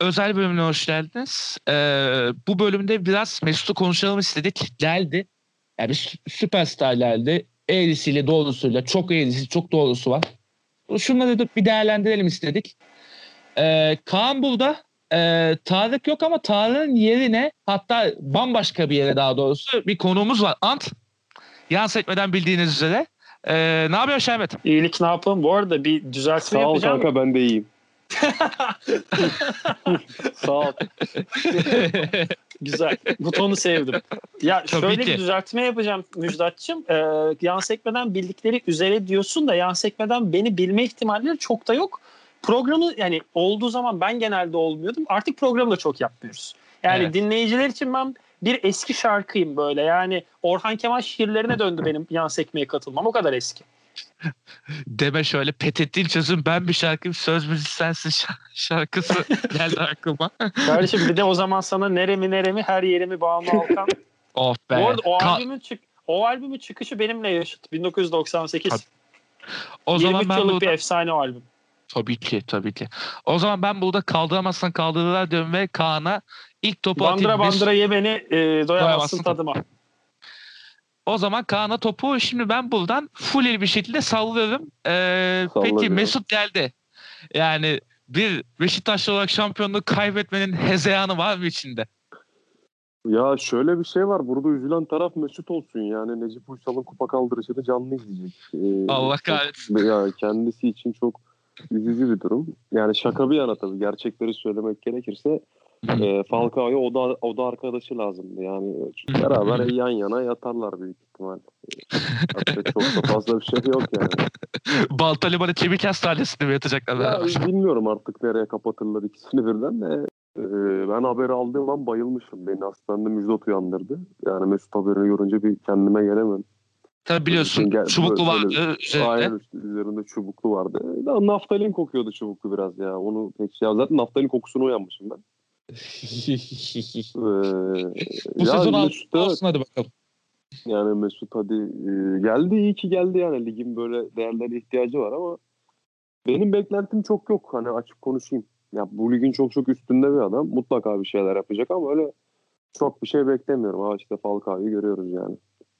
özel bölümüne hoş geldiniz. Bu bölümde biraz Mesut'u konuşalım istedik. Geldi. Yani bir süperstar geldi. Eğrisiyle doğrusuyla. Çok eğrisi, çok doğrusu var. Şunları da bir değerlendirelim istedik. Kaan burada. Tarık yok ama Tarık'ın yerine, hatta bambaşka bir yere daha doğrusu, bir konuğumuz var. Ant. Yan sekmeden bildiğiniz üzere. Ne yapıyor Şerbet? İyilik, ne yapalım? Bu arada bir düzeltme yapacağım. Sağ ol kanka, ben de iyiyim. Sağ ol. Güzel. Butonu sevdim. Ya Tabii şöyle ki. bir düzeltme yapacağım Müjdat'cığım. Yan sekmeden bildikleri üzere diyorsun da yan sekmeden beni bilme ihtimalleri çok da yok. Programı yani olduğu zaman ben genelde olmuyordum. Artık programı da çok yapmıyoruz. Yani Evet. dinleyiciler için ben bir eski şarkıyım böyle. Yani Orhan Kemal şiirlerine döndü benim yan sekmeye katılmam. O kadar eski. Deme şöyle, fethettiğin çözüm ben bir şarkıyım, söz müziği sensin şarkısı geldi aklıma. Kardeşim bir de o zaman sana neremi her yerimi bağımlı Alkan. Oh be. Bu arada o albümün çıkışı benimle yaşıt. 1998. Tabii. O zaman 23 ben yıllık burada... bir efsane o albüm. Tabii ki. O zaman ben burada kaldıramazsan kaldırırlar diyorum ve Kaan'a ilk topu atayım. Bandıra ye beni, doyamazsın tadıma. O zaman Kaan'a topu şimdi ben buradan full bir şekilde sallıyorum. Peki Mesut geldi. Yani bir Beşiktaşlı olarak şampiyonluğu kaybetmenin hezeyanı var mı içinde? Ya şöyle bir şey var. Burada üzülen taraf Mesut olsun. Yani Necip Uysal'ın kupa kaldırışını canlı izleyecek. Allah kahretsin. Ya kendisi için çok üzücü bir durum. Yani şaka bir yana tabii. Gerçekleri söylemek gerekirse Falcao'ya o da arkadaşı lazımdı. Yani beraber yan yana yatarlar büyük ihtimal. Çok da fazla bir şey yok yani. Baltaliman'ın Çevik Hastanesi'nde mi yatacaklar Ya, beraber? bilmiyorum artık nereye kapatırlar ikisini birden de. Ben haberi aldığım an bayılmışım. Beni hastanede Müjdat uyandırdı. Yani Mesut haberini görünce bir kendime gelemedim. Tabii biliyorsun, çubuklu vardı üzerinde. Aynen, üzerinde çubuklu vardı. Daha naftalin kokuyordu çubuklu biraz ya. Onu pek ya, zaten naftalin kokusuna uyanmışım ben. Bu sezon Mesut, olsun hadi bakalım. Yani Mesut hadi geldi, iyi ki geldi yani. Ligin böyle değerlere ihtiyacı var ama benim beklentim çok yok. Hani açık konuşayım. Ya bu ligin çok üstünde bir adam. Mutlaka bir şeyler yapacak ama öyle çok bir şey beklemiyorum. Ha işte Falcao'yu görüyoruz yani.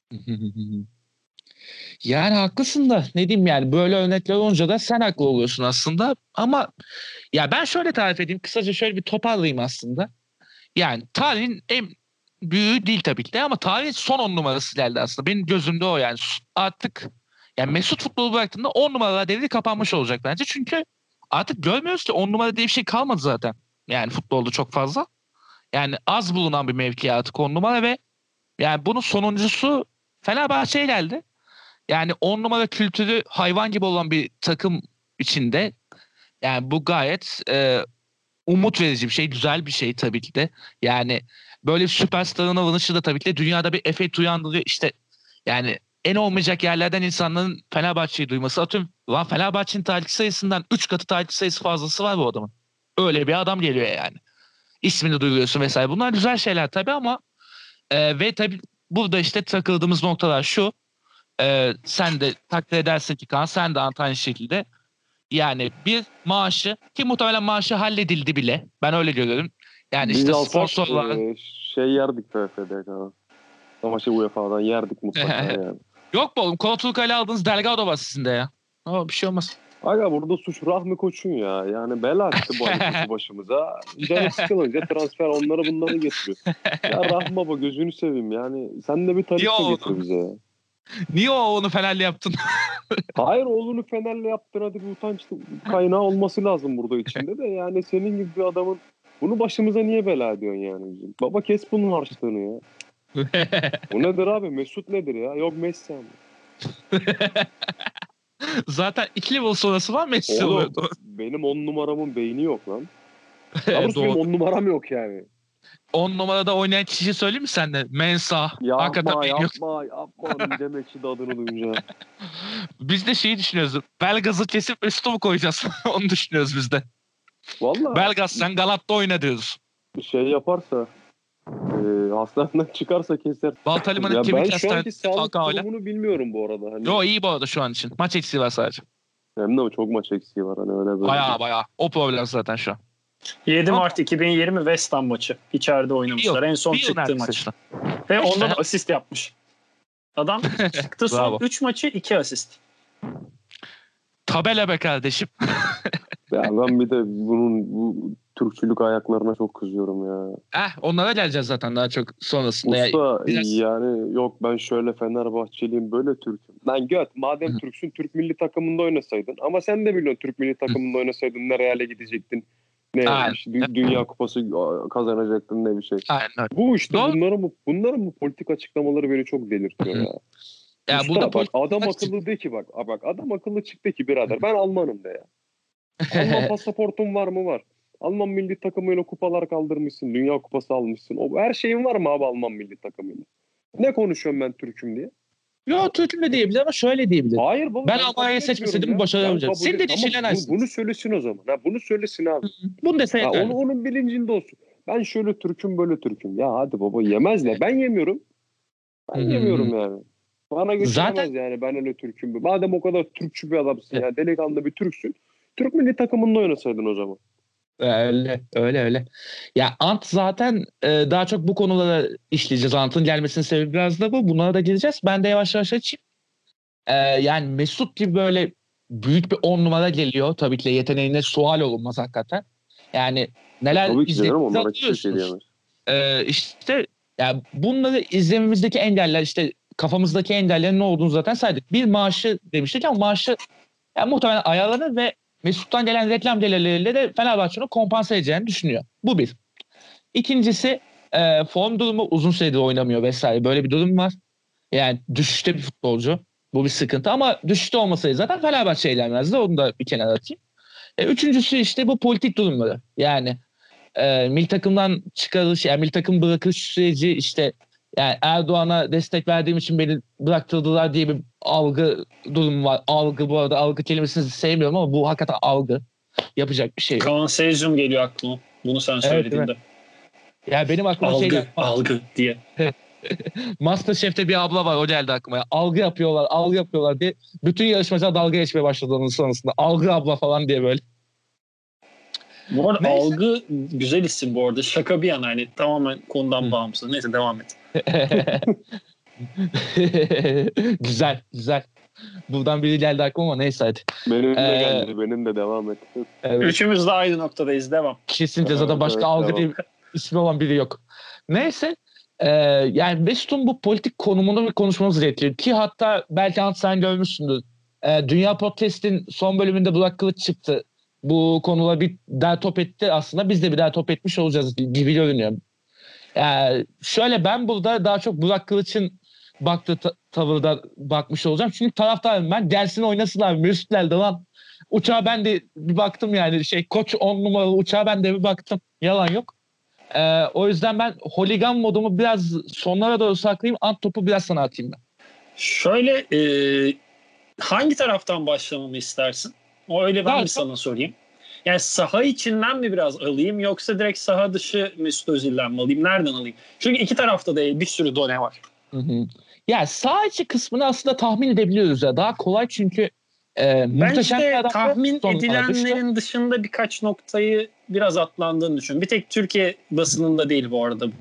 Yani haklısın da ne diyeyim, yani böyle örnekler olunca da sen haklı oluyorsun aslında. Ama ya ben şöyle tarif edeyim. Kısaca şöyle bir toparlayayım aslında. Yani tarihin en büyüğü değil tabii ki de ama tarihin son 10 numarası geldi aslında. Benim gözümde o yani. Artık yani Mesut futbolu bıraktığında 10 numaralar devri kapanmış olacak bence. Çünkü artık görmüyoruz ki 10 numara diye bir şey kalmadı zaten. Yani futbolda çok fazla. Yani az bulunan bir mevki artık 10 numara ve yani bunun sonuncusu Fenerbahçe'ye geldi. Yani 10 numara kültürü hayvan gibi olan bir takım içinde yani bu gayet umut verici bir şey, güzel bir şey tabii ki de. Yani böyle bir süperstarın alınışı da tabii ki de dünyada bir efekt uyandırıyor. İşte yani en olmayacak yerlerden insanların Fenerbahçe'yi duyması. Atıyorum lan, Fenerbahçe'nin takipçi sayısından 3 katı takipçi sayısı fazlası var bu adamın. Öyle bir adam geliyor yani. İsmini duyuruyorsun vesaire. Bunlar güzel şeyler tabii ama ve tabii burada işte takıldığımız noktalar şu. Sen de takdir edersin ki Kaan, sen de aynı şekilde. Yani bir maaşı, ki muhtemelen maaşı halledildi bile. Ben öyle görüyorum. Yani Biz işte alsak sponsorlar. yerdik PFD'den. Ama UEFA'dan yerdik mutlaka yani. Yok mu oğlum? Koloturka'yla aldığınız Delgado var sizin de ya. Bir şey olmaz. Aga burada suç Rahmi Koç'un ya. Yani bela açtı bu hareketi başımıza. Canı sıkılınca transfer onları bunları getiriyor. Ya Rahmi baba gözünü seveyim yani. Sen de bir tarih getir bize ya. Niye onu Fenerli yaptın? Hayır, oğlunu Fenerli yaptın, hadi bir utanç kaynağı olması lazım burada içinde de. Yani senin gibi bir adamın bunu başımıza niye bela ediyorsun yani bizim? Baba kes bunun harçlığını ya. Bu nedir abi? Mesut nedir ya? Yok Messi ama. Zaten 2 level sonrası var Messi Oğlum oluyordu. benim 10 numaramın beyni yok lan. Doğrusu benim 10 numaram yok yani. 10 numarada oynayan kişi söyleyeyim mi sen de? Mensah. Yapma demek ki de adını duyunca. Biz de şeyi düşünüyoruz. Belgaz'ı kesip Mesut'u mu koyacağız? Onu düşünüyoruz biz de. Vallahi. Belgaz sen Galat'ta oyna diyoruz. Bir şey yaparsa hastaneden çıkarsa keser. Baltaliman'ın kemik hastanesi. Ben şu anki sağlık durumunu bilmiyorum bu arada. Hani... Yo, iyi bu arada şu an için. Maç eksiği var sadece. Hem de çok maç eksiği var. Hani öyle böyle. Baya. O problem zaten şu an. 7 Ama- Mart 2020 West Ham maçı. İçeride oynamışlar. En son Bir yıl çıktığı maç. neredeyse. Ve İşte. onda da asist yapmış. Adam çıktı son Bravo. 3 maçı 2 asist. Tabela be kardeşim. Ya ben bir de bu Türkçülük ayaklarına çok kızıyorum ya. Onlara geleceğiz zaten daha çok sonrasında. Usta biraz- yani yok ben şöyle Fenerbahçeliyim böyle Türk'üm. Lan göt madem Türksün Türk milli takımında oynasaydın. Ama sen de biliyorsun Türk milli takımında oynasaydın nereye hale gidecektin. Ne Aynen. işte, Dünya Kupası kazanacaktın ne bir şey. Aynen öyle. Bu işte Doğru. bunların bu politik açıklamaları beni çok delirtiyor ya. Ya Usta, burada bak politik adam olarak- akıllı de ki bak adam akıllı çıktı ki birader ben Almanım de ya. Alman pasaportun var mı? Var. Alman milli takımıyla kupalar kaldırmışsın. Dünya kupası almışsın. Her şeyin var mı abi Alman milli takımıyla? Ne konuşuyorum ben Türk'üm diye? Yok Türk'üm de diyebilir ama şöyle diyebilir. Hayır baba. Ben kabul Almanya'yı seçmeseydim etmiyorum ya. başaramayacağım. Ben kabul Senin de Tamam, dişilen bunu söylesin o zaman. Bunu söylesin abi. Bunu dese yeter. Onun bilincinde olsun. Ben şöyle Türk'üm böyle Türk'üm. Ya hadi baba yemezler. Ben yemiyorum. Ben yemiyorum yani. Bana götüremez Zaten- yani ben öyle Türk'üm. Madem o kadar Türkçü bir adamsın yani delikanlı bir Türksün. Türk milli takımında oynasaydın o zaman. Öyle. Ya Ant zaten daha çok bu konulara işleyeceğiz. Ant'ın gelmesinin sebebi biraz da bu. Bunlara da gireceğiz. Ben de yavaş yavaş açayım. Yani Mesut gibi böyle büyük bir 10 numara geliyor. Tabii ki de yeteneğine sual olunmaz hakikaten. Yani neler Tabii ki canım izlediğinizi onlara hiçbir şey hatırlıyorsunuz. diyemez. İşte yani bunları izlememizdeki engeller işte kafamızdaki engellerin ne olduğunu zaten saydık. Bir maaşı demiştik ama maaşı yani muhtemelen ayarlanır ve Mesut'tan gelen reklam gelirleriyle de Fenerbahçe'nin kompanse edeceğini düşünüyor. Bu bir. İkincisi form durumu uzun süredir oynamıyor vesaire. Böyle bir durum var. Yani düşüşte bir futbolcu. Bu bir sıkıntı ama düşüşte olmasaydı zaten Fenerbahçe eğlenmezdi. Onu da bir kenara atayım. Üçüncüsü işte bu politik durumları. Yani milli takımdan çıkarılış, yani milli takım bırakış süreci işte yani Erdoğan'a destek verdiğim için beni bıraktırdılar diye bir algı durumu var. Algı bu arada algı kelimesini sevmiyorum ama bu hakikaten algı. Yapacak bir şey yok. Kaan Sejum geliyor aklıma. Bunu sen söylediğinde. Yani benim aklıma Algı diye. Masterchef'te bir abla var o geldi aklıma. Algı yapıyorlar diye bütün yarışmacılar dalga geçmeye başladı onun sonrasında. Algı abla falan diye böyle. Bu arada Neyse. algı güzel isim bu arada. Şaka bir yana hani tamamen konudan bağımsız. Neyse devam et. Güzel. Buradan biri geldi aklıma ama neyse hadi. Benim de geldi. Benim de devam et. Evet. Üçümüz de aynı noktadayız. Devam. Kesinlikle zaten başka Evet, algı devam. diye ismi olan biri yok. Neyse. Yani Mesut'un bu politik konumunu bir konuşmamız gerekiyor. Ki hatta belki Ant sen görmüşsündür. Dünya Podcast'in son bölümünde Burak Kılıç çıktı. Bu konuda bir daha top etti aslında. Biz de bir daha top etmiş olacağız gibi görünüyor. Şöyle ben burada daha çok Burak Kılıç'ın baktığı tavırda bakmış olacağım. Çünkü taraftarım ben. Gelsin oynasınlar. Mesut geldi lan. Uçağa ben de bir baktım yani. Koç 10 numaralı uçağa ben de bir baktım. Yalan yok. O yüzden ben holigan modumu biraz sonlara doğru saklayayım. Ant topu biraz sana atayım ben. Şöyle hangi taraftan başlamamı istersin? O öyle ben Daha bir sana sorayım. Yani saha içinden mi biraz alayım yoksa direkt saha dışı Mesut Özil'den mi alayım? Nereden alayım? Çünkü iki tarafta da bir sürü done var. Ya sağ içi kısmını aslında tahmin edebiliyoruz ya. Daha kolay çünkü Ben muhteşem bir işte adam tahmin sonuna edilenlerin dışında birkaç noktayı biraz atlandığını düşünüyorum. Bir tek Türkiye basınında değil bu arada bu.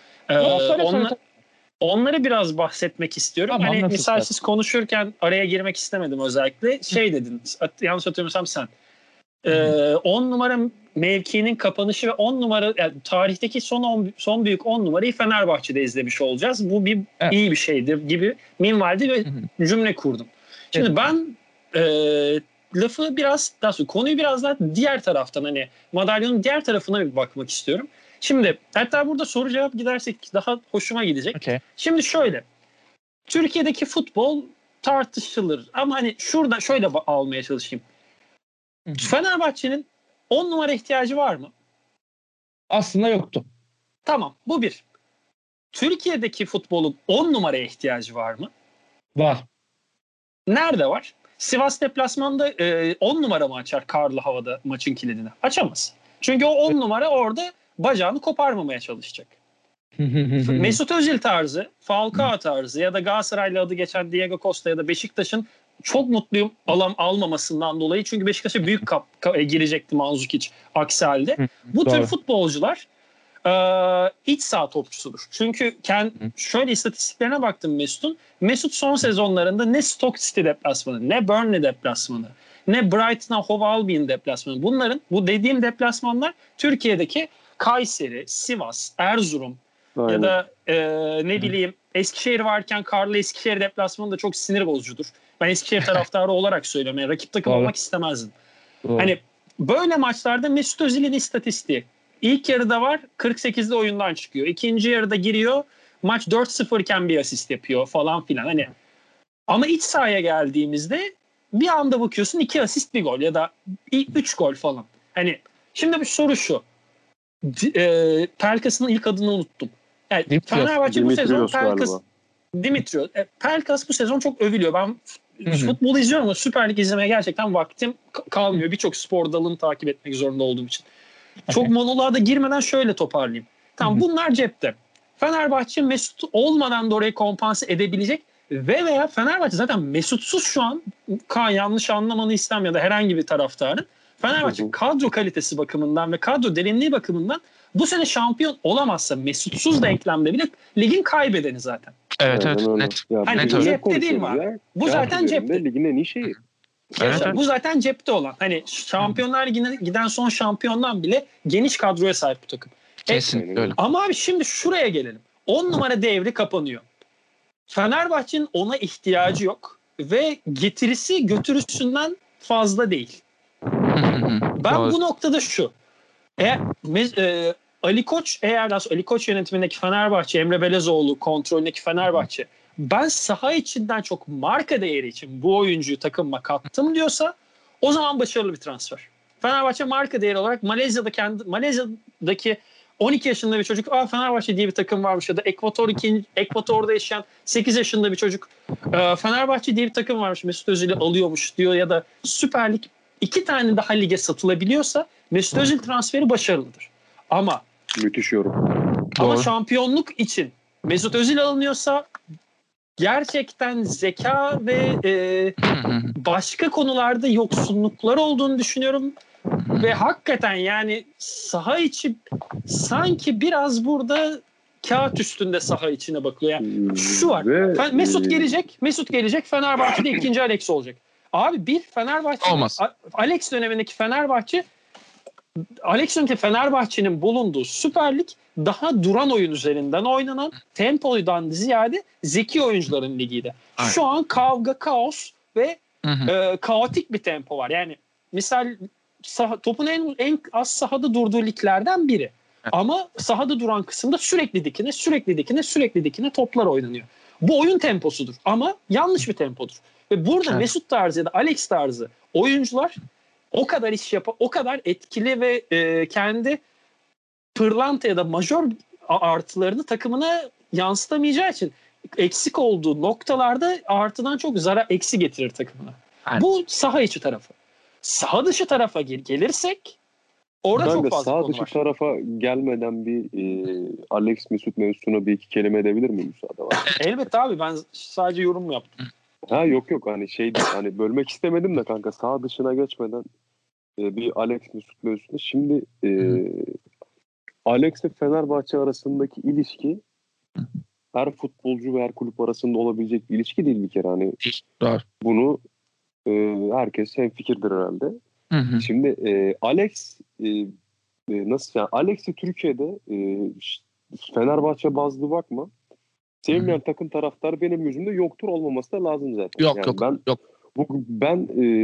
Onları biraz bahsetmek istiyorum. Tamam, hani nasıl misal istersin? siz konuşurken araya girmek istemedim özellikle. Şey dedin, yanlış hatırlamıyorsam sen. 10 numara mevkinin kapanışı ve 10 numara yani tarihteki son büyük 10 numarayı Fenerbahçe'de izlemiş olacağız. Bu iyi bir şeydir gibi minvalde bir cümle kurdum. Şimdi ben lafı biraz daha sonra konuyu biraz daha diğer taraftan hani madalyonun diğer tarafına bir bakmak istiyorum. Şimdi hatta burada soru cevap gidersek daha hoşuma gidecek. Okay. Şimdi şöyle. Türkiye'deki futbol tartışılır ama hani şurada şöyle almaya çalışayım. Fenerbahçe'nin 10 numara ihtiyacı var mı? Aslında yoktu. Tamam, bu bir. Türkiye'deki futbolun 10 numaraya ihtiyacı var mı? Var. Nerede var? Sivas deplasmanda 10 numara mı açar karlı havada maçın kilidini? Açamaz. Çünkü o 10 numara orada bacağını koparmamaya çalışacak. Mesut Özil tarzı, Falcao tarzı ya da Galatasaray'la adı geçen Diego Costa ya da Beşiktaş'ın çok mutluyum almamasından dolayı. Çünkü Beşiktaş'a büyük girecekti Mandzukic aksi halde. Bu tür futbolcular iç saha topçusudur. Çünkü şöyle istatistiklerine baktım Mesut'un. Mesut son sezonlarında ne Stoke City deplasmanı, ne Burnley deplasmanı, ne Brighton Hove Albion deplasmanı. Bu dediğim deplasmanlar Türkiye'deki Kayseri, Sivas, Erzurum ya da ne bileyim Eskişehir varken Karlı Eskişehir deplasmanı da çok sinir bozucudur. Ben Eskişehir taraftarı olarak söylüyorum. Yani rakip takım olmak istemezdim. Hani böyle maçlarda Mesut Özil'in istatistiği. İlk yarıda var 48'de oyundan çıkıyor. İkinci yarıda giriyor. Maç 4-0 iken bir asist yapıyor falan filan. Hani ama iç sahaya geldiğimizde bir anda bakıyorsun 2 asist 1 gol ya da 3 gol falan. Hani şimdi bir soru şu. Pelkas'ın ilk adını unuttum. Yani Fenerbahçe bu sezon Dimitrios. Pelkas bu sezon çok övülüyor. Ben futbolu izliyorum ama Süper Lig izlemeye gerçekten vaktim kalmıyor. Birçok spor dalını takip etmek zorunda olduğum için. Çok monoloğa da girmeden şöyle toparlayayım. Tamam bunlar cepte. Fenerbahçe Mesut olmadan da orayı kompanse edebilecek veya Fenerbahçe zaten Mesutsuz şu an yanlış anlamanı istemiyor da herhangi bir taraftarın. Fenerbahçe kadro kalitesi bakımından ve kadro derinliği bakımından bu sene şampiyon olamazsa Mesutsuz da eklemde bile ligin kaybedeni zaten. Evet net. Hani cepte değil mi abi? Bu zaten cepte. Ligin en iyi şeyi. Bu zaten cepte olan. Hani Şampiyonlar Ligi'ne giden son şampiyondan bile geniş kadroya sahip bu takım. Kesinlikle öyle. Ama abi şimdi şuraya gelelim. 10 numara devri kapanıyor. Fenerbahçe'nin ona ihtiyacı yok ve getirisi götürüsünden fazla değil. Ben bu noktada şu. Ali Koç yönetimindeki Fenerbahçe, Emre Belezoğlu kontrolündeki Fenerbahçe ben saha içinden çok marka değeri için bu oyuncuyu takımıma kattım diyorsa o zaman başarılı bir transfer. Fenerbahçe marka değeri olarak Malezya'daki 12 yaşında bir çocuk Fenerbahçe diye bir takım varmış ya da Ekvator'da yaşayan 8 yaşında bir çocuk Fenerbahçe diye bir takım varmış Mesut Özil'i alıyormuş diyor ya da Süper Lig 2 tane daha lige satılabiliyorsa Mesut Özil transferi başarılıdır. Ama müthiş yorum. Ama şampiyonluk için Mesut Özil alınıyorsa gerçekten zeka ve başka konularda yoksunluklar olduğunu düşünüyorum. Ve hakikaten yani saha içi sanki biraz burada kağıt üstünde saha içine bakıyor. Yani şu var. Mesut gelecek Fenerbahçe'de ikinci Alex olacak. Abi bir Fenerbahçe Alex dönemindeki Fenerbahçe'nin bulunduğu Süper Lig daha duran oyun üzerinden oynanan tempodan ziyade zeki oyuncuların ligiydi. Aynen. Şu an kavga, kaos ve kaotik bir tempo var. Yani misal topun en az sahada durduğu liglerden biri. Ama sahada duran kısımda sürekli dikine toplar oynanıyor. Bu oyun temposudur ama yanlış bir tempodur. Ve burada Mesut tarzı ya da Alex tarzı oyuncular o kadar o kadar etkili ve kendi pırlanta ya da majör artılarını takımına yansıtamayacağı için eksik olduğu noktalarda artıdan çok eksi getirir takımına. Yani. Bu saha içi tarafı. Saha dışı tarafa gelirsek orada çok fazla konu var. Saha dışı tarafa gelmeden bir Alex Mesut mevzusuna bir iki kelime edebilir miyim müsaade var? Elbette abi ben sadece yorum mu yaptım? Yok hani bölmek istemedim de kanka saha dışına geçmeden bir Alex Mesut mevzusunda. Şimdi Alex ve Fenerbahçe arasındaki ilişki her futbolcu ve her kulüp arasında olabilecek bir ilişki değil bir kere. Hani bunu herkes hemfikirdir herhalde. Şimdi Alex nasıl yani Alex'i Türkiye'de Fenerbahçe bazlı bakma. Sevmeyen takım taraftarı benim gözümde yoktur, olmaması da lazım zaten. Yok. Ben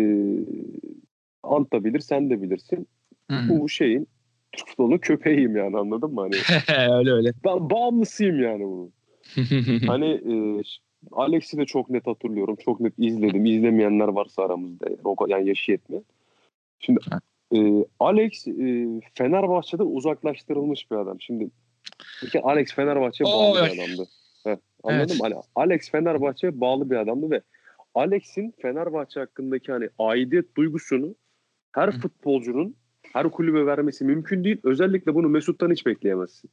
Ant da bilir, sen de bilirsin. Bu şeyin Türk futbolunun köpeğiyim yani, anladın mı? Hani öyle. Ben bağımlısıyım yani bunun. Hani Alex'i de çok net hatırlıyorum. Çok net izledim. İzlemeyenler varsa aramızda. Yani yaşı yetmiyor. Şimdi Alex Fenerbahçe'de uzaklaştırılmış bir adam. Şimdi Alex Fenerbahçe'ye bağlı bir adamdı. Anladın mı? Hani Alex Fenerbahçe'ye bağlı bir adamdı ve Alex'in Fenerbahçe hakkındaki hani aidiyet duygusunu her futbolcunun her kulübe vermesi mümkün değil. Özellikle bunu Mesut'tan hiç bekleyemezsin.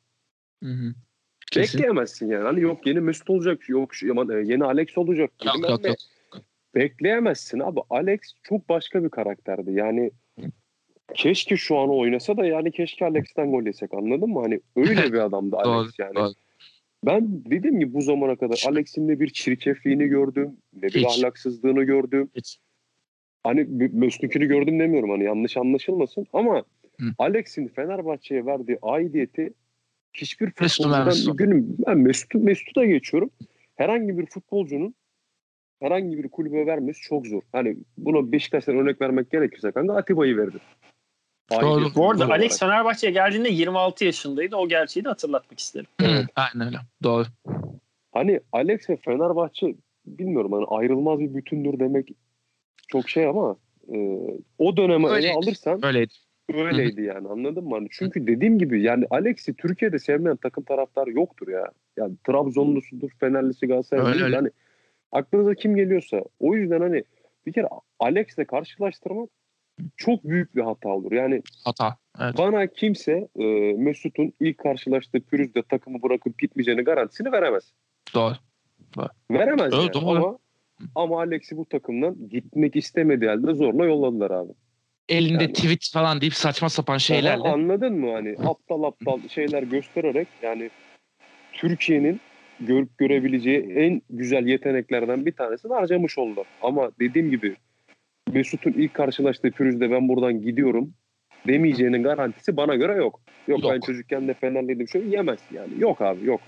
Bekleyemezsin yani. Hani yok yeni Mesut olacak, yok yeni Alex olacak. Yok. bekleyemezsin abi. Alex çok başka bir karakterdi. Yani keşke şu an oynasa da yani keşke Alex'ten gol yesek, anladın mı? Hani öyle bir adamdı Doğru, Alex yani. doğru. Ben dedim ki bu zamana kadar Alex'in ne bir çirkefliğini gördüm, ne bir Hiç. ahlaksızlığını gördüm. Hiç. Hani Mesnuk'unu gördüm demiyorum, hani yanlış anlaşılmasın ama Hı. Alex'in Fenerbahçe'ye verdiği aidiyeti hiçbir Mesut'u futbolcudan vermesi. günüm ben Mesut'u da geçiyorum. Herhangi bir futbolcunun herhangi bir kulübe vermesi çok zor. Hani buna Beşiktaş'tan örnek vermek gerekirse kanka Atiba'yı verdi. Doğru. Aidiyet Bu arada olarak. Alex Fenerbahçe'ye geldiğinde 26 yaşındaydı. O gerçeği de hatırlatmak isterim. Evet. Aynen öyle. Doğru. Hani Alex ve Fenerbahçe bilmiyorum hani ayrılmaz bir bütündür demek çok şey ama o döneme ele Öyleydi. alırsan Öyleydi. öyleydi yani, anladın mı? Hani çünkü dediğim gibi yani Alex'i Türkiye'de sevmeyen takım taraftarı yoktur ya. Yani Trabzonlusudur, Fenerlisi, Galatasaraylı. Öyle. Hani aklınıza kim geliyorsa. O yüzden hani bir kere Alex'le karşılaştırmak çok büyük bir hata olur. Yani Hata. Evet. bana kimse Mesut'un ilk karşılaştığı pürüzde takımı bırakıp gitmeyeceğini garantisini veremez. Doğru. Veremez Öyle, yani doğru. ama Alex'i bu takımdan gitmek istemediği halde zorla yolladılar abi. Elinde Yani. tweet falan deyip saçma sapan Aha, şeylerle. anladın mı? Hani aptal şeyler göstererek yani Türkiye'nin görüp görebileceği en güzel yeteneklerden bir tanesini harcamış oldular. Ama dediğim gibi Mesut'un ilk karşılaştığı pürüzde ben buradan gidiyorum demeyeceğinin garantisi bana göre yok. Yok ben Yok. çocukken de Fenerliydim şöyle yemez yani. Yok abi yok.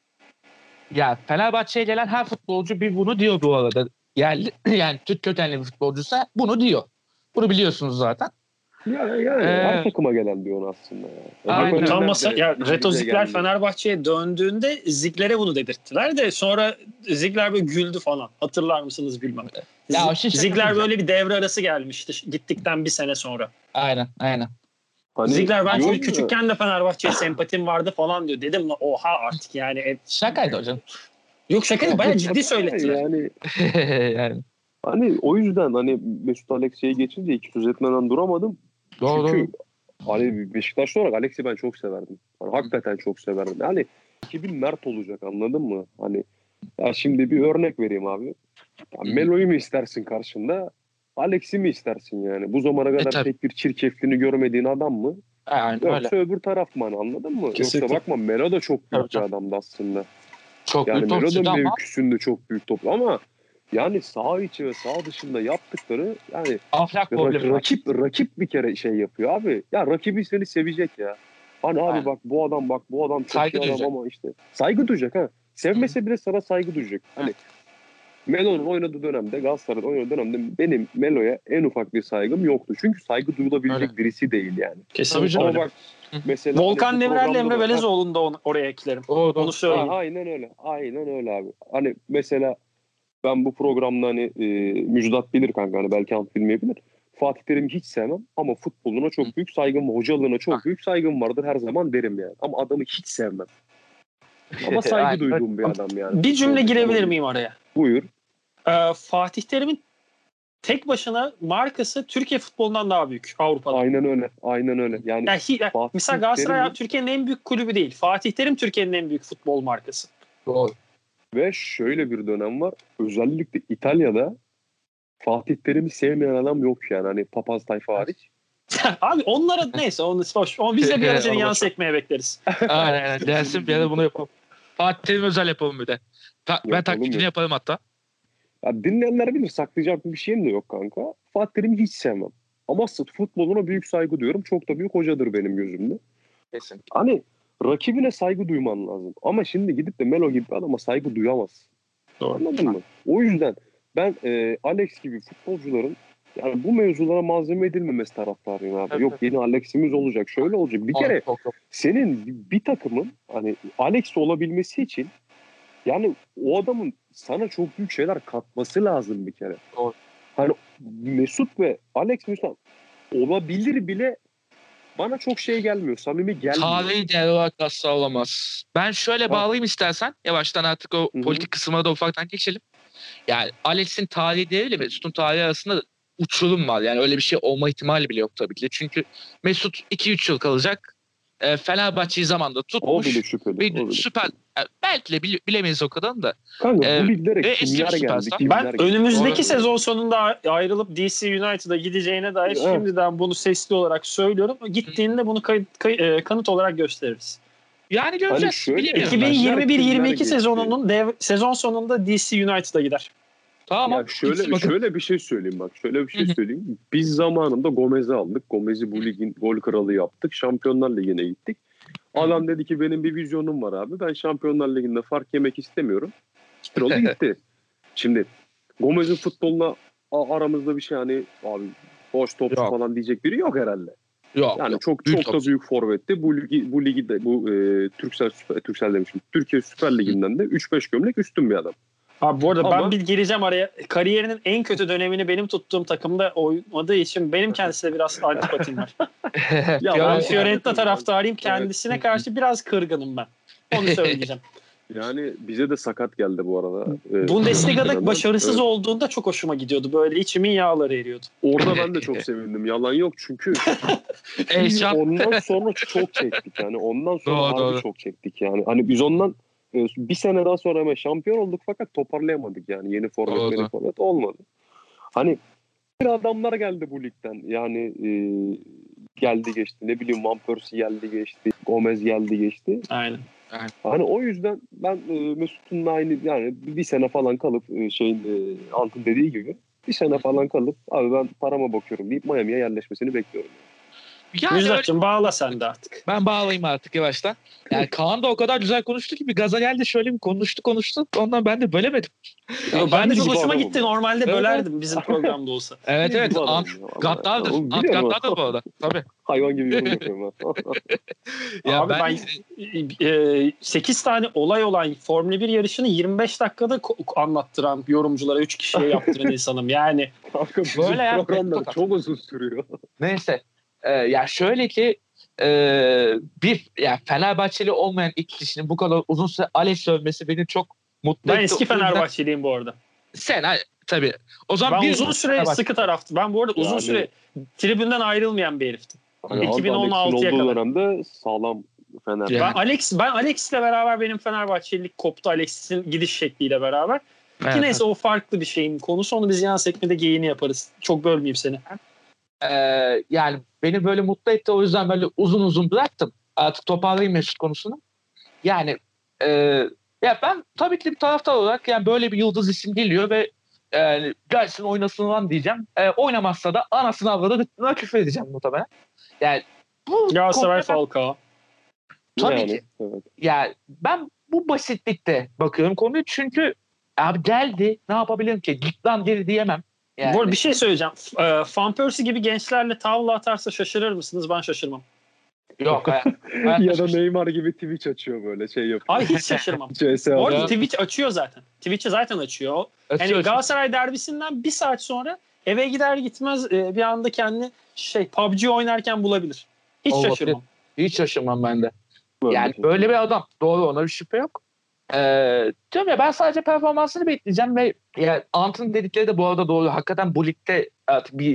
Ya Fenerbahçe'ye gelen her futbolcu bir bunu diyor bu arada. Yani Türk kökenli bir futbolcuysa bunu diyor. Bunu biliyorsunuz zaten. Yani her takıma gelen diyor onu aslında. Ya. Aynen Gökhan öyle. Ender Utanmasa de ya bize Reto Ziegler geldi. Fenerbahçe'ye döndüğünde Ziegler'e bunu dedirttiler de sonra Ziegler böyle güldü falan. Hatırlar mısınız bilmem. Ya o şey şakası Ziegler güzel. böyle bir devre arası gelmişti gittikten bir sene sonra. Aynen. Hani Ziegler ben diyorum ya, küçükken de Fenerbahçe'ye sempatim vardı falan diyor. Dedim oha artık yani. Şakaydı hocam. Yok şaka değil, bayağı ciddi söylettiler. yani Yani. hani o yüzden hani Mesut Alex'e geçince iki söz etmeden duramadım. Doğru. Çünkü hani Beşiktaşlı olarak Alex'i ben çok severdim. Hani hakikaten çok severdim. Yani 2000 Mert olacak, anladın mı? Hani ya şimdi bir örnek vereyim abi. Ya Melo'yu mu istersin karşında? Alex'i mi istersin yani? Bu zamana kadar tabii. tek bir çirkefliğini görmediğin adam mı? Aynen öyle. Yoksa öbür taraf mı, hani anladın mı? Kesinlikle. Yoksa bakma Melo da çok büyük Tabii, bir adamdı aslında. Çok Yani büyük Melo da topçuydu ama mevküsünde çok büyük top ama yani sağ içi ve sağ dışında yaptıkları yani ahlak problemi var. rakip bir kere şey yapıyor abi. Ya rakibi seni sevecek ya. Hani abi Aynen. bak bu adam çok Saygı iyi adam duyacak. ama işte saygı duyacak ha. Sevmese bile sana saygı duyacak. Hani Melo'nun oynadığı dönemde, Galatasaray'ın oynadığı dönemde benim Melo'ya en ufak bir saygım yoktu. Çünkü saygı duyulabilecek Öyle. birisi değil yani. Kesinlikle Ama öyle. bak mesela Volkan hani bu Demirel'le programda Emre da Belezoğlu'nu da oraya eklerim. Doğru. Onu söyleyeyim. aynen öyle. Aynen öyle abi. Hani mesela ben bu programda hani Müjdat bilir kanka, hani belki Ant bilmeyebilir. Fatih Terim'i hiç sevmem ama futboluna çok büyük saygım var. Hocalığına çok büyük saygım vardır her zaman derim yani. Ama adamı hiç sevmem. Ama saygı Aynen. duyduğum bir adam yani. Bir cümle Futbolcu. girebilir Ama miyim araya? buyur. Fatih Terim'in tek başına markası Türkiye futbolundan daha büyük Avrupa'da. Aynen öyle. Aynen öyle. Yani Mesela Galatasaray Türkiye'nin en büyük kulübü değil. Fatih Terim Türkiye'nin en büyük futbol markası. Doğru. ve şöyle bir dönem var. Özellikle İtalya'da Fatih Terim'i sevmeyen adam yok yani. Hani papaz tayfa hariç. Abi onlara neyse onu hoş. Biz de bir ara seni Onu yan boş ver. sekmeye bekleriz. Aynen. Dersin bir ara bunu yapalım. Fatih Terim özel yapalım bir de. Ben Yapalım taklidini ya. yaparım hatta. Ya dinleyenler bilir, saklayacak bir şeyim de yok kanka. Fatih Terim'i hiç sevmem. Ama futboluna büyük saygı duyuyorum. Çok da büyük hocadır benim gözümde. Kesin. Hani rakibine saygı duyman lazım. Ama şimdi gidip de Melo gibi bir adama saygı duyamazsın. Doğru. Anladın mı? O yüzden ben Alex gibi futbolcuların yani bu mevzulara malzeme edilmemesi taraftarıyım abi. Tabii, Yok yeni Alex'imiz olacak, şöyle olacak. Bir kere Çok. senin bir takımın hani Alex olabilmesi için yani o adamın sana çok büyük şeyler katması lazım bir kere. Doğru. Hani Mesut ve Alex mesela olabilir bile bana çok şey gelmiyor, samimi gelmiyor. Tarihi değer olarak asla olamaz. Ben şöyle bağlayayım istersen. Yavaştan artık o politik kısmına da ufaktan geçelim. Yani Alex'in tarihi değeriyle Mesut'un tarihi arasında uçurum var. Yani öyle bir şey olma ihtimali bile yok tabii ki. Çünkü Mesut 2-3 yıl kalacak. Fenerbahçe'yi zamanında O tutmuş. bile şüpheli. Bir süper belki de bilemeyiz o kadarını da. Kanka bu liglere eski kimler geldi? süperstar. Kimler Ben geldi? önümüzdeki Doğru. sezon sonunda ayrılıp DC United'a gideceğine dair Evet. şimdiden bunu sesli olarak söylüyorum. Gittiğinde bunu kanıt olarak gösteririz. Yani göreceğiz. Hani şöyle- Bilemiyorum ben. 2021-22 geçti? sezonunun sezon sonunda DC United'a gider. Tamam. Ya şöyle bir şey söyleyeyim bak. Şöyle bir şey Hı hı. söyleyeyim. Biz zamanında Gomez'i aldık. Gomez'i bu ligin gol kralı yaptık. Şampiyonlar Ligi'ne gittik. Adam dedi ki benim bir vizyonum var abi. Ben Şampiyonlar Ligi'nde fark yemek istemiyorum. Siktir oldu gitti. Şimdi Gomez'in futboluna aramızda bir şey hani abi boş topçu Yok. falan diyecek biri yok herhalde. Yok. Yani çok Büyük da topçu. büyük forvetti. Bu ligi de Türksel demişim. Türkiye Süper Ligi'nden de 3-5 gömlek üstün bir adam. Abi bu arada Ama- ben bir gireceğim araya. Kariyerinin en kötü dönemini benim tuttuğum takımda oynadığı için benim kendisine biraz antipatim var. Ya Ben ben- Fiorentina taraftarıyım. Kendisine karşı biraz kırgınım ben. Onu söyleyeceğim. Yani bize de sakat geldi bu arada. Bundesliga'da başarısız Evet. olduğunda çok hoşuma gidiyordu. Böyle içimin yağları eriyordu. Orada ben de çok sevindim. Yalan yok çünkü biz Şamp- ondan sonra çok çektik yani. Ondan sonra Doğru, harbi doğru. çok çektik yani. Hani biz ondan bir sene daha sonra hemen şampiyon olduk fakat toparlayamadık yani. Yeni Doğru. forvet olmadı. Hani bir adamlar geldi bu ligden. Yani geldi geçti. Ne bileyim Van Persie geldi geçti. Gomez geldi geçti. Aynen. Hani o yüzden ben Mesut'un da aynı yani bir sene falan kalıp Ant'ın dediği gibi bir sene falan kalıp abi ben parama bakıyorum deyip Miami'ye yerleşmesini bekliyorum. Yani öyle- Müjdat'cığım bağla sen de artık. ben bağlayayım artık yavaştan. Yani Kaan da o kadar güzel konuştu ki bir gaza geldi şöyle bir konuştu. Ondan ben de bölemedim. Yo, ben de gibi çok hoşuma adamım gitti. ya. Normalde Evet. bölerdim bizim programda olsa. Evet Gibi evet. adamım Ant ya, vallahi. gaddardır. Oğlum, Ant biliyorum ama. gaddardır bu arada. Tabii. Hayvan gibi yorum yapıyorum ha. Ya Abi ben 8 tane olay olan Formula 1 yarışını 25 dakikada anlattıran yorumculara 3 kişiye yaptıran insanım. Yani Kanka bizim Böyle ya, programlar tokat. çok uzun sürüyor. neyse. Ya şöyle ki bir ya Fenerbahçeli olmayan iki kişinin bu kadar uzun süre Alex övmesi beni çok mutlu ben etti. eski O yüzden- Fenerbahçeliyim bu arada. Sen tabii. O zaman Ben bir uzun süre Fenerbahçe- sıkı taraftım. Ben bu arada uzun Yani- süre tribünden ayrılmayan bir heriftim. Hani 2016'ya Alex'in olduğu kadar. dönemde sağlam Fener. Yani. Ben Alex'le beraber benim Fenerbahçelilik koptu, Alex'in gidiş şekliyle beraber. Evet, Ki neyse o farklı bir şeyin konusu. Onu biz yan sekmede geyini yaparız. Çok bölmeyeyim seni. Yani beni böyle mutlu etti. O yüzden böyle uzun bıraktım. Artık toparlayayım Mesut konusunu. Yani ya ben tabii ki bir taraftar olarak yani böyle bir yıldız isim geliyor ve gelsin oynasın lan diyeceğim. Oynamazsa da anasını avradı küfür edeceğim muhtemelen. Yani bu Galatasaray konuda ben- Falcao. Tabii Yani, ki. evet. Yani ben bu basitlikte bakıyorum konuya çünkü abi geldi ne yapabilirim ki? Git lan geri diyemem. Yani. Bu arada bir şey söyleyeceğim. Van Persie gibi gençlerle tavla atarsa şaşırır mısınız? Ben şaşırmam. Yok hayat. Ya da Neymar gibi Twitch açıyor böyle şey yapıyor. Abi hiç şaşırmam. CS Bu arada Ya. Twitch açıyor zaten. Twitch'i zaten açıyor. Yani Galatasaray derbisinden bir saat sonra eve gider gitmez bir anda kendini PUBG oynarken bulabilir. Hiç Olabilir. şaşırmam. Hiç şaşırmam ben de. Böyle Yani bir şey. böyle bir adam. Doğru ona bir şüphe yok. Diyorum ya ben sadece performansını bekleyeceğim ve yani Ant'ın dedikleri de bu arada doğru. Hakikaten bu ligde artık bir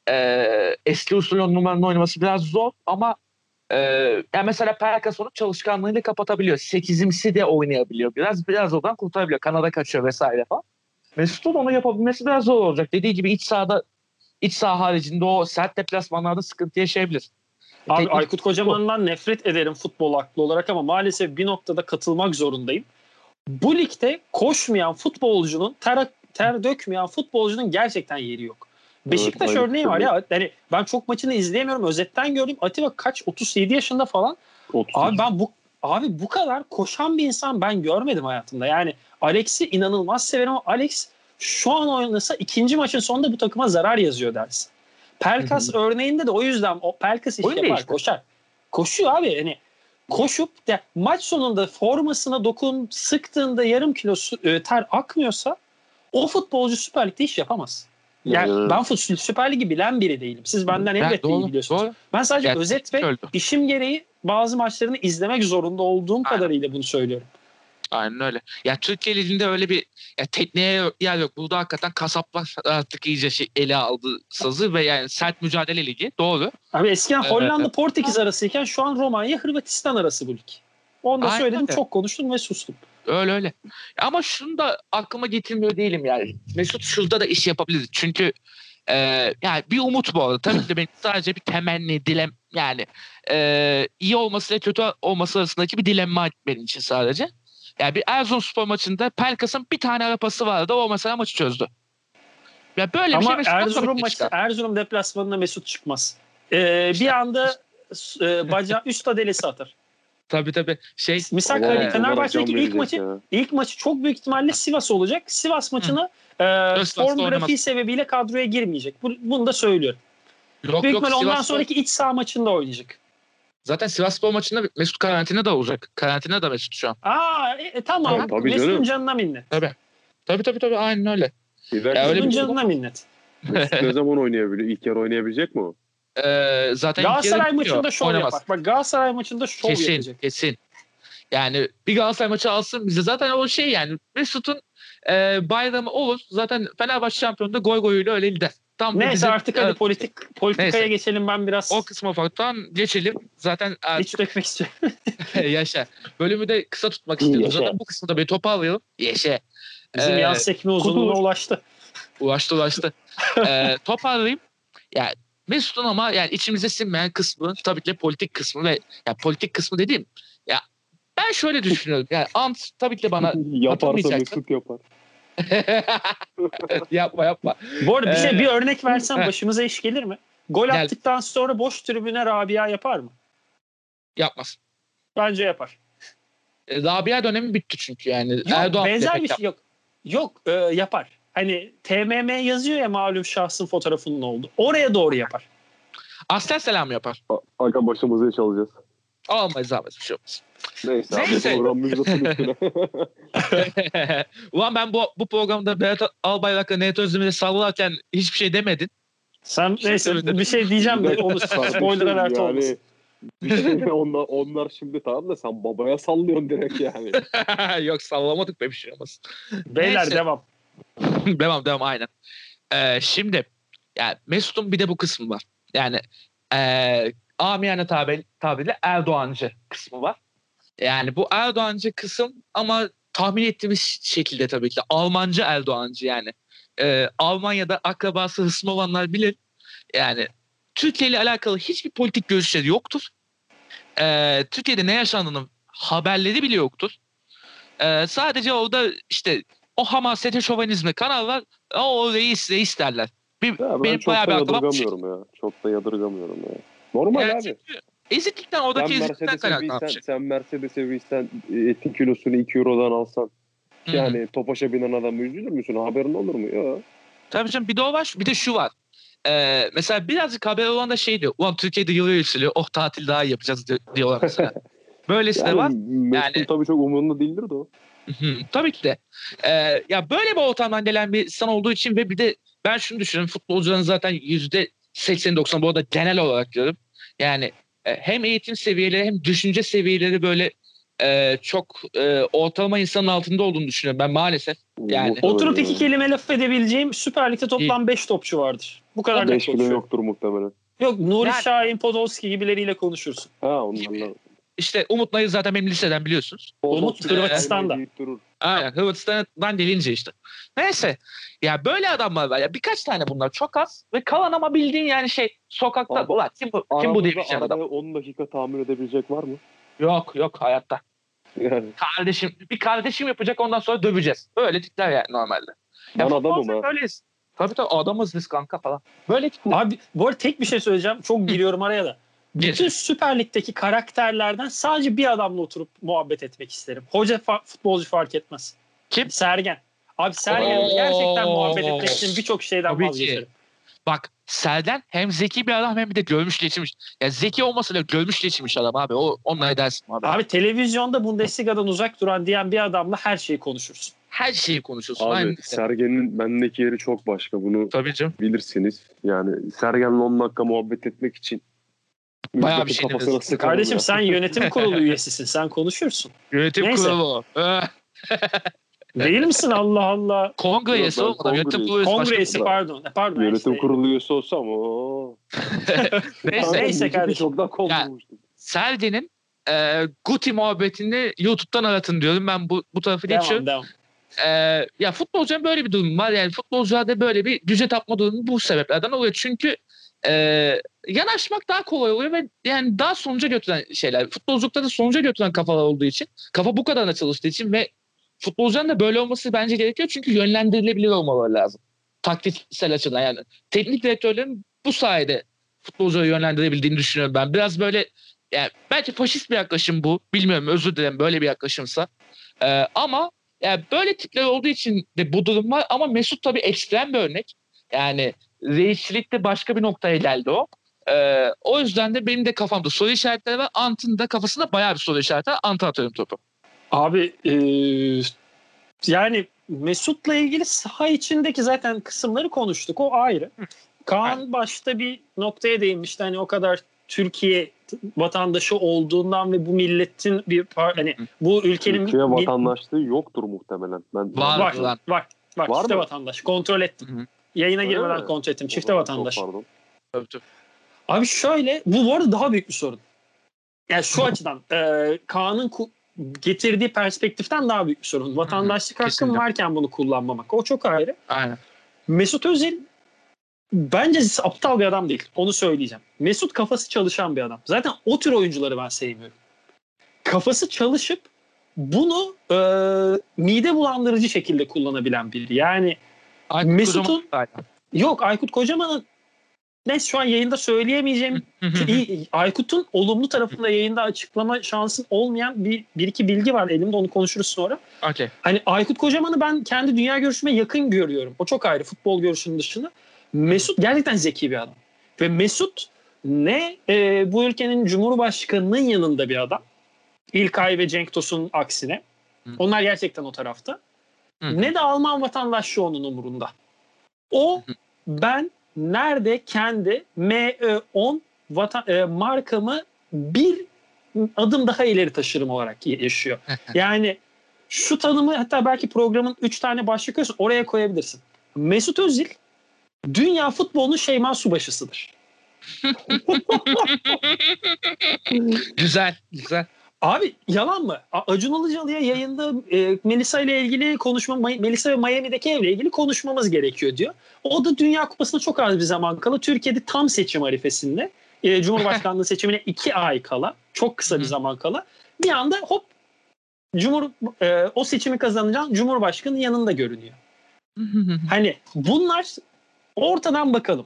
eski usul numaranın oynaması biraz zor ama yani mesela Pelkas onu çalışkanlığıyla kapatabiliyor. 8'imsi de oynayabiliyor. Biraz oradan kurtarabiliyor. Kanada kaçıyor vesaire falan. Mesut'un onu yapabilmesi biraz zor olacak. Dediği gibi iç saha haricinde o sert deplasmanlarda sıkıntı yaşayabilir. Abi Teknik- Aykut Kocaman'dan nefret ederim futbol aklı olarak ama maalesef bir noktada katılmak zorundayım. Bu ligde koşmayan futbolcunun, ter dökmeyen futbolcunun gerçekten yeri yok. Beşiktaş aynı örneği var ya. fikirdeyim. Yani ben çok maçını izleyemiyorum. Özetten gördüm. Atiba kaç? 37 yaşında falan. 38. Abi bu kadar koşan bir insan ben görmedim hayatımda. Yani Alex'i inanılmaz severim ama Alex şu an oynasa ikinci maçın sonunda bu takıma zarar yazıyor dersin. Pelkas örneğinde de o yüzden o Pelkas iş Oyun yapar, değişti. koşar. Koşuyor abi hani koşup de maç sonunda formasına sıktığında yarım kilo ter akmıyorsa o futbolcu Süper Lig'de iş yapamaz. Yani Yani- ben Süper Lig'i bilen biri değilim. Siz benden elbette iyi biliyorsunuz. Doğru. Ben sadece Yani özet ve öyle. işim gereği bazı maçlarını izlemek zorunda olduğum kadarıyla bunu söylüyorum. Aynen öyle. Ya Türkiye Ligi'nde öyle bir tekneye yer yok. Burada hakikaten kasaplar artık iyice ele aldı sazı ve yani sert mücadele ligi. Doğru. Abi eskiden Hollanda Portekiz arasıyken şu an Romanya Hırvatistan arası bu lig. Onu da söyledim, öyle. çok konuştum ve sustum. Öyle. Ama şunu da aklıma getirmiyor değilim yani. Mesut şurada da iş yapabilir. Çünkü yani bir umut bu arada. Tabii ki de benim sadece bir temenni, dilem yani iyi olması ile kötü olması arasındaki bir dilemma benim için sadece. Yani bir Erzurumspor maçında Pelkas'ın bir tane ara pası vardı. O mesela maçı çözdü. Ya böyle ama bir şey Erzurum maçı, Erzurum deplasmanında Mesut çıkmaz. Bir anda bacağı üst adelesi atar. Tabii. Misal Fenerbahçe'deki ilk maçı çok büyük ihtimalle Sivas olacak. Sivas maçına form grafiği sebebiyle kadroya girmeyecek. Bunu da söylüyorum. Büyük ihtimalle ondan sonraki iç saha maçında oynayacak. Zaten Sivasspor maçında Mesut karantina da olacak. Karantina da Mesut şu an. Tamam. Mesut'un canına minnet. Tabii aynen öyle. Mesut'un canına minnet. Mesut ne zaman oynayabiliyor? İlk yarı oynayabilecek mi o? Zaten Galatasaray maçında şov yapar. Bak Galatasaray maçında şov yapacak. Kesin. Yani bir Galatasaray maçı alsın bize. Zaten o şey yani Mesut'un bayramı olur. Zaten Fenerbahçe şampiyonunda goyuyla öyle gider. Neyse artık hadi politikaya geçelim, ben biraz. O kısmı ufaktan geçelim. Zaten hiç dökmek istiyorum. Yaşa. Bölümü de kısa tutmak istiyorum. Zaten bu kısmı da bir toparlayalım. Yaşa. Bizim yan sekme uzunluğuna ulaştı. Ulaştı. Toparlayayım. Yani Mesut'un ama yani içimize sinmeyen kısmı tabii ki de politik kısmı ve yani politik kısmı dediğim ya ben şöyle düşünüyorum. Yani Ant tabii ki de bana yaparsa Mesut yapar. yapma. Bu arada bir örnek versen başımıza iş gelir mi? Gol attıktan sonra boş tribüne Rabia yapar mı? Yapmaz. Bence yapar. Rabia dönemi bitti çünkü yani. Yok, Erdoğan benzer bir şey yok. Yok yapar. Hani TMM yazıyor ya, malum şahsın fotoğrafının oldu. Oraya doğru yapar. Aslen selam yapar. Hakan başımıza iş alacağız. Almayız bir şey olmaz. Neyse. Programımızda üstüne. Ulan ben bu programda Berat Albayrak'la Net Özdemir'e sallarken hiçbir şey demedin. Sen neyse bir şey diyeceğim de onu spoiler alert olmasın. Onlar şimdi tamam da sen babaya sallıyorsun direkt yani. Yok sallamadık be, bir şey olmaz. Beyler neyse. Devam aynen. Şimdi yani Mesut'un bir de bu kısmı var. Yani amiyane tabirle Erdoğancı kısmı var. Yani bu Erdoğancı kısım ama tahmin ettiğimiz şekilde tabii ki Almancı Erdoğancı yani. Almanya'da akrabası hısmı olanlar bilir. Yani Türkiye ile alakalı hiçbir politik görüşleri yoktur. Türkiye'de ne yaşandığının haberleri bile yoktur. Sadece orada işte o hamasete şovenizme kanallar o reis derler. Ben çok da yadırgamıyorum ya. Çok da yadırgamıyorum ya. Normal yani abi. Eziklikten oradaki eziklikten kaynaklanmış. Sen Mercedes'e binsen etin kilosunu 2 Euro'dan alsan yani Tofaş'a binen adamı üzülür müsün? Haberin olur mu? Yok. Tabii canım, bir de o var. Bir de şu var. Mesela birazcık haber olan da şey diyor. Ulan Türkiye'de yılı yükseliyor. Oh tatil daha iyi yapacağız diyorlar mesela. Böylesi de var. Yani tabii çok umurunda değildir de o. Tabii ki de. Ya böyle bir ortamdan gelen bir insan olduğu için ve bir de ben şunu düşünüyorum. Futbolcuların zaten %80-90 bu arada genel olarak diyorum. Yani hem eğitim seviyeleri hem düşünce seviyeleri böyle çok ortalama insanın altında olduğunu düşünüyorum ben maalesef. Yani oturup iki kelime laf edebileceğim Süper Lig'de toplam 5 topçu vardır. Bu kadar net 5 bile yoktur muhtemelen. Yok, Nuri Şahin, Podolski gibileriyle konuşursun. Onlarla. İşte Umut Nayır zaten benim liseden biliyorsunuz. Umut Hırvatistan'da. Aynen, Hırvatistan'dan gelince işte. Neyse. Ya böyle adamlar var. Ya birkaç tane bunlar, çok az. Ve kalan ama bildiğin yani sokakta. Ulan kim bu diyeceğim adam. 10 dakika tahammül edebilecek var mı? Yok hayatta. Yani. Kardeşim yapacak, ondan sonra döveceğiz. Öyle tipler yani normalde. Ben adamım ha. Öyleyiz. Tabii adamız biz kanka falan. Böyle tipler. Abi bu arada tek bir şey söyleyeceğim. Çok giriyorum araya da. Bütün Süper Lig'deki karakterlerden sadece bir adamla oturup muhabbet etmek isterim. Hoca futbolcu fark etmez. Kim? Sergen. Abi Sergen gerçekten muhabbet etmek için birçok şeyden vazgeçerim. Bak Sergen hem zeki bir adam hem bir de görmüş geçirmiş. Ya zeki olmasa da görmüş geçirmiş adam abi. Onunla edersin abi. Abi televizyonda Bundesliga'dan uzak duran diyen bir adamla her şeyi konuşursun. Her şeyi konuşursun. Abi aynı Sergen'in bendeki yeri çok başka. Bunu tabii canım bilirsiniz. Yani Sergen'le 10 dakika muhabbet etmek için bayağı bir şey. Kardeşim sen yönetim kurulu üyesisin. Sen konuşursun. Yönetim kurulu. Değil misin? Allah Allah. Kongre üyesi Yok, ben olmadı. Yönetim kurulu üyesi Kongre başka üyesi bir- pardon. Yönetim işte. kurulu üyesi olsam o. Neyse kardeşim. Çoktan kovdurmuştum. Serdi'nin Guti muhabbetini YouTube'dan aratın diyorum. Ben bu tarafı geçiyorum. Devam. Ya futbolcuların böyle bir durum var. Yani futbolcularda böyle bir düze tapma durumu bu sebeplerden oluyor. Çünkü yanaşmak daha kolay oluyor ve yani daha sonuca götüren şeyler. Futbolculukta da sonuca götüren kafalar olduğu için, kafa bu kadar çalıştığı için ve futbolcuların da böyle olması bence gerekiyor. Çünkü yönlendirilebilir olmaları lazım. Taktiksel açıdan yani. Teknik direktörlerin bu sayede futbolcuları yönlendirebildiğini düşünüyorum ben. Biraz böyle yani belki faşist bir yaklaşım bu. Bilmiyorum, özür dilerim böyle bir yaklaşımsa. Ama yani böyle tipler olduğu için de bu durum var ama Mesut tabii ekstrem bir örnek. Yani reisçilikte başka bir noktaya geldi o. O yüzden de benim de kafamda soru işaretleri var. Ant'ın da kafasında bayağı bir soru işareti var. Ant'a atıyorum topu. Abi yani Mesut'la ilgili saha içindeki zaten kısımları konuştuk. O ayrı. Kaan başta bir noktaya değinmişti. Hani o kadar Türkiye vatandaşı olduğundan ve bu milletin hani bu ülkenin Türkiye vatandaşlığı yoktur muhtemelen. Var. Var çifte mı? vatandaş. Kontrol ettim. Hı-hı. Yayına Öyle girmeden mi? kontrol ettim. Çifte vatandaş. Pardon. Tabii. Abi şöyle, bu arada daha büyük bir sorun. Yani şu açıdan Kaan'ın getirdiği perspektiften daha büyük bir sorun. Vatandaşlık hakkım Kesinlikle. varken bunu kullanmamak. O çok ayrı. Aynen. Mesut Özil bence aptal bir adam değil. Onu söyleyeceğim. Mesut kafası çalışan bir adam. Zaten o tür oyuncuları ben sevmiyorum. Kafası çalışıp bunu mide bulandırıcı şekilde kullanabilen biri. Yani Aykut Mesut'un Kocaman- yok Aykut Kocaman'ın neyse şu an yayında söyleyemeyeceğim. Aykut'un olumlu tarafında yayında açıklama şansın olmayan bir iki bilgi var elimde, onu konuşuruz sonra. Okey. Hani Aykut Kocaman'ı ben kendi dünya görüşüme yakın görüyorum. O çok ayrı, futbol görüşünün dışında. Mesut gerçekten zeki bir adam. Ve Mesut ne bu ülkenin Cumhurbaşkanı'nın yanında bir adam. İlkay ve Cenk Tosun aksine. Onlar gerçekten o tarafta. Ne de Alman vatandaşlığı onun umurunda. O ben nerede kendi MÖ10 markamı bir adım daha ileri taşırım olarak yaşıyor. Yani şu tanımı hatta belki programın 3 tane başlık koyuyorsun, oraya koyabilirsin. Mesut Özil dünya futbolunun Şeyma Subaşı'sıdır. Güzel. Abi yalan mı? Acun Ilıcalı'ya yayında Melisa ile ilgili Melisa ve Miami'deki evle ilgili konuşmamız gerekiyor diyor. O da Dünya Kupası'na çok az bir zaman kala, Türkiye'de tam seçim arifesinde, Cumhurbaşkanlığı seçimine 2 ay kala, çok kısa bir zaman kala bir anda hop o seçimi kazanacağın Cumhurbaşkanı yanında görünüyor. Hani bunlar ortadan bakalım.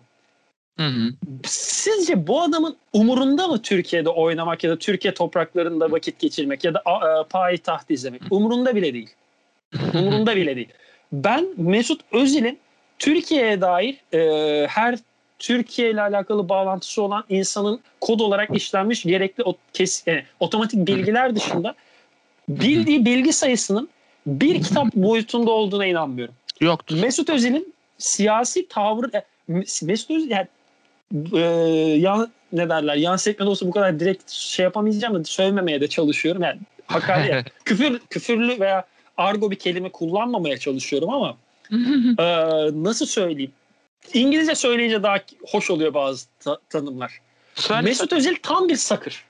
Sizce bu adamın umurunda mı Türkiye'de oynamak ya da Türkiye topraklarında vakit geçirmek ya da payitaht izlemek? Umurunda bile değil. Umurunda bile değil. Ben Mesut Özil'in Türkiye'ye dair her Türkiye ile alakalı bağlantısı olan insanın kod olarak işlenmiş gerekli otomatik bilgiler dışında bildiği bilgi sayısının bir kitap boyutunda olduğuna inanmıyorum. Yoktur. Mesut Özil'in siyasi tavrı, Mesut Özil yani ne derler, yan sekmede olsa bu kadar direkt şey yapamayacağım da söylememeye de çalışıyorum. Yani hakaret, küfürlü veya argo bir kelime kullanmamaya çalışıyorum ama nasıl söyleyeyim? İngilizce söyleyince daha hoş oluyor bazı tanımlar. Mesut Özil tam bir sakır.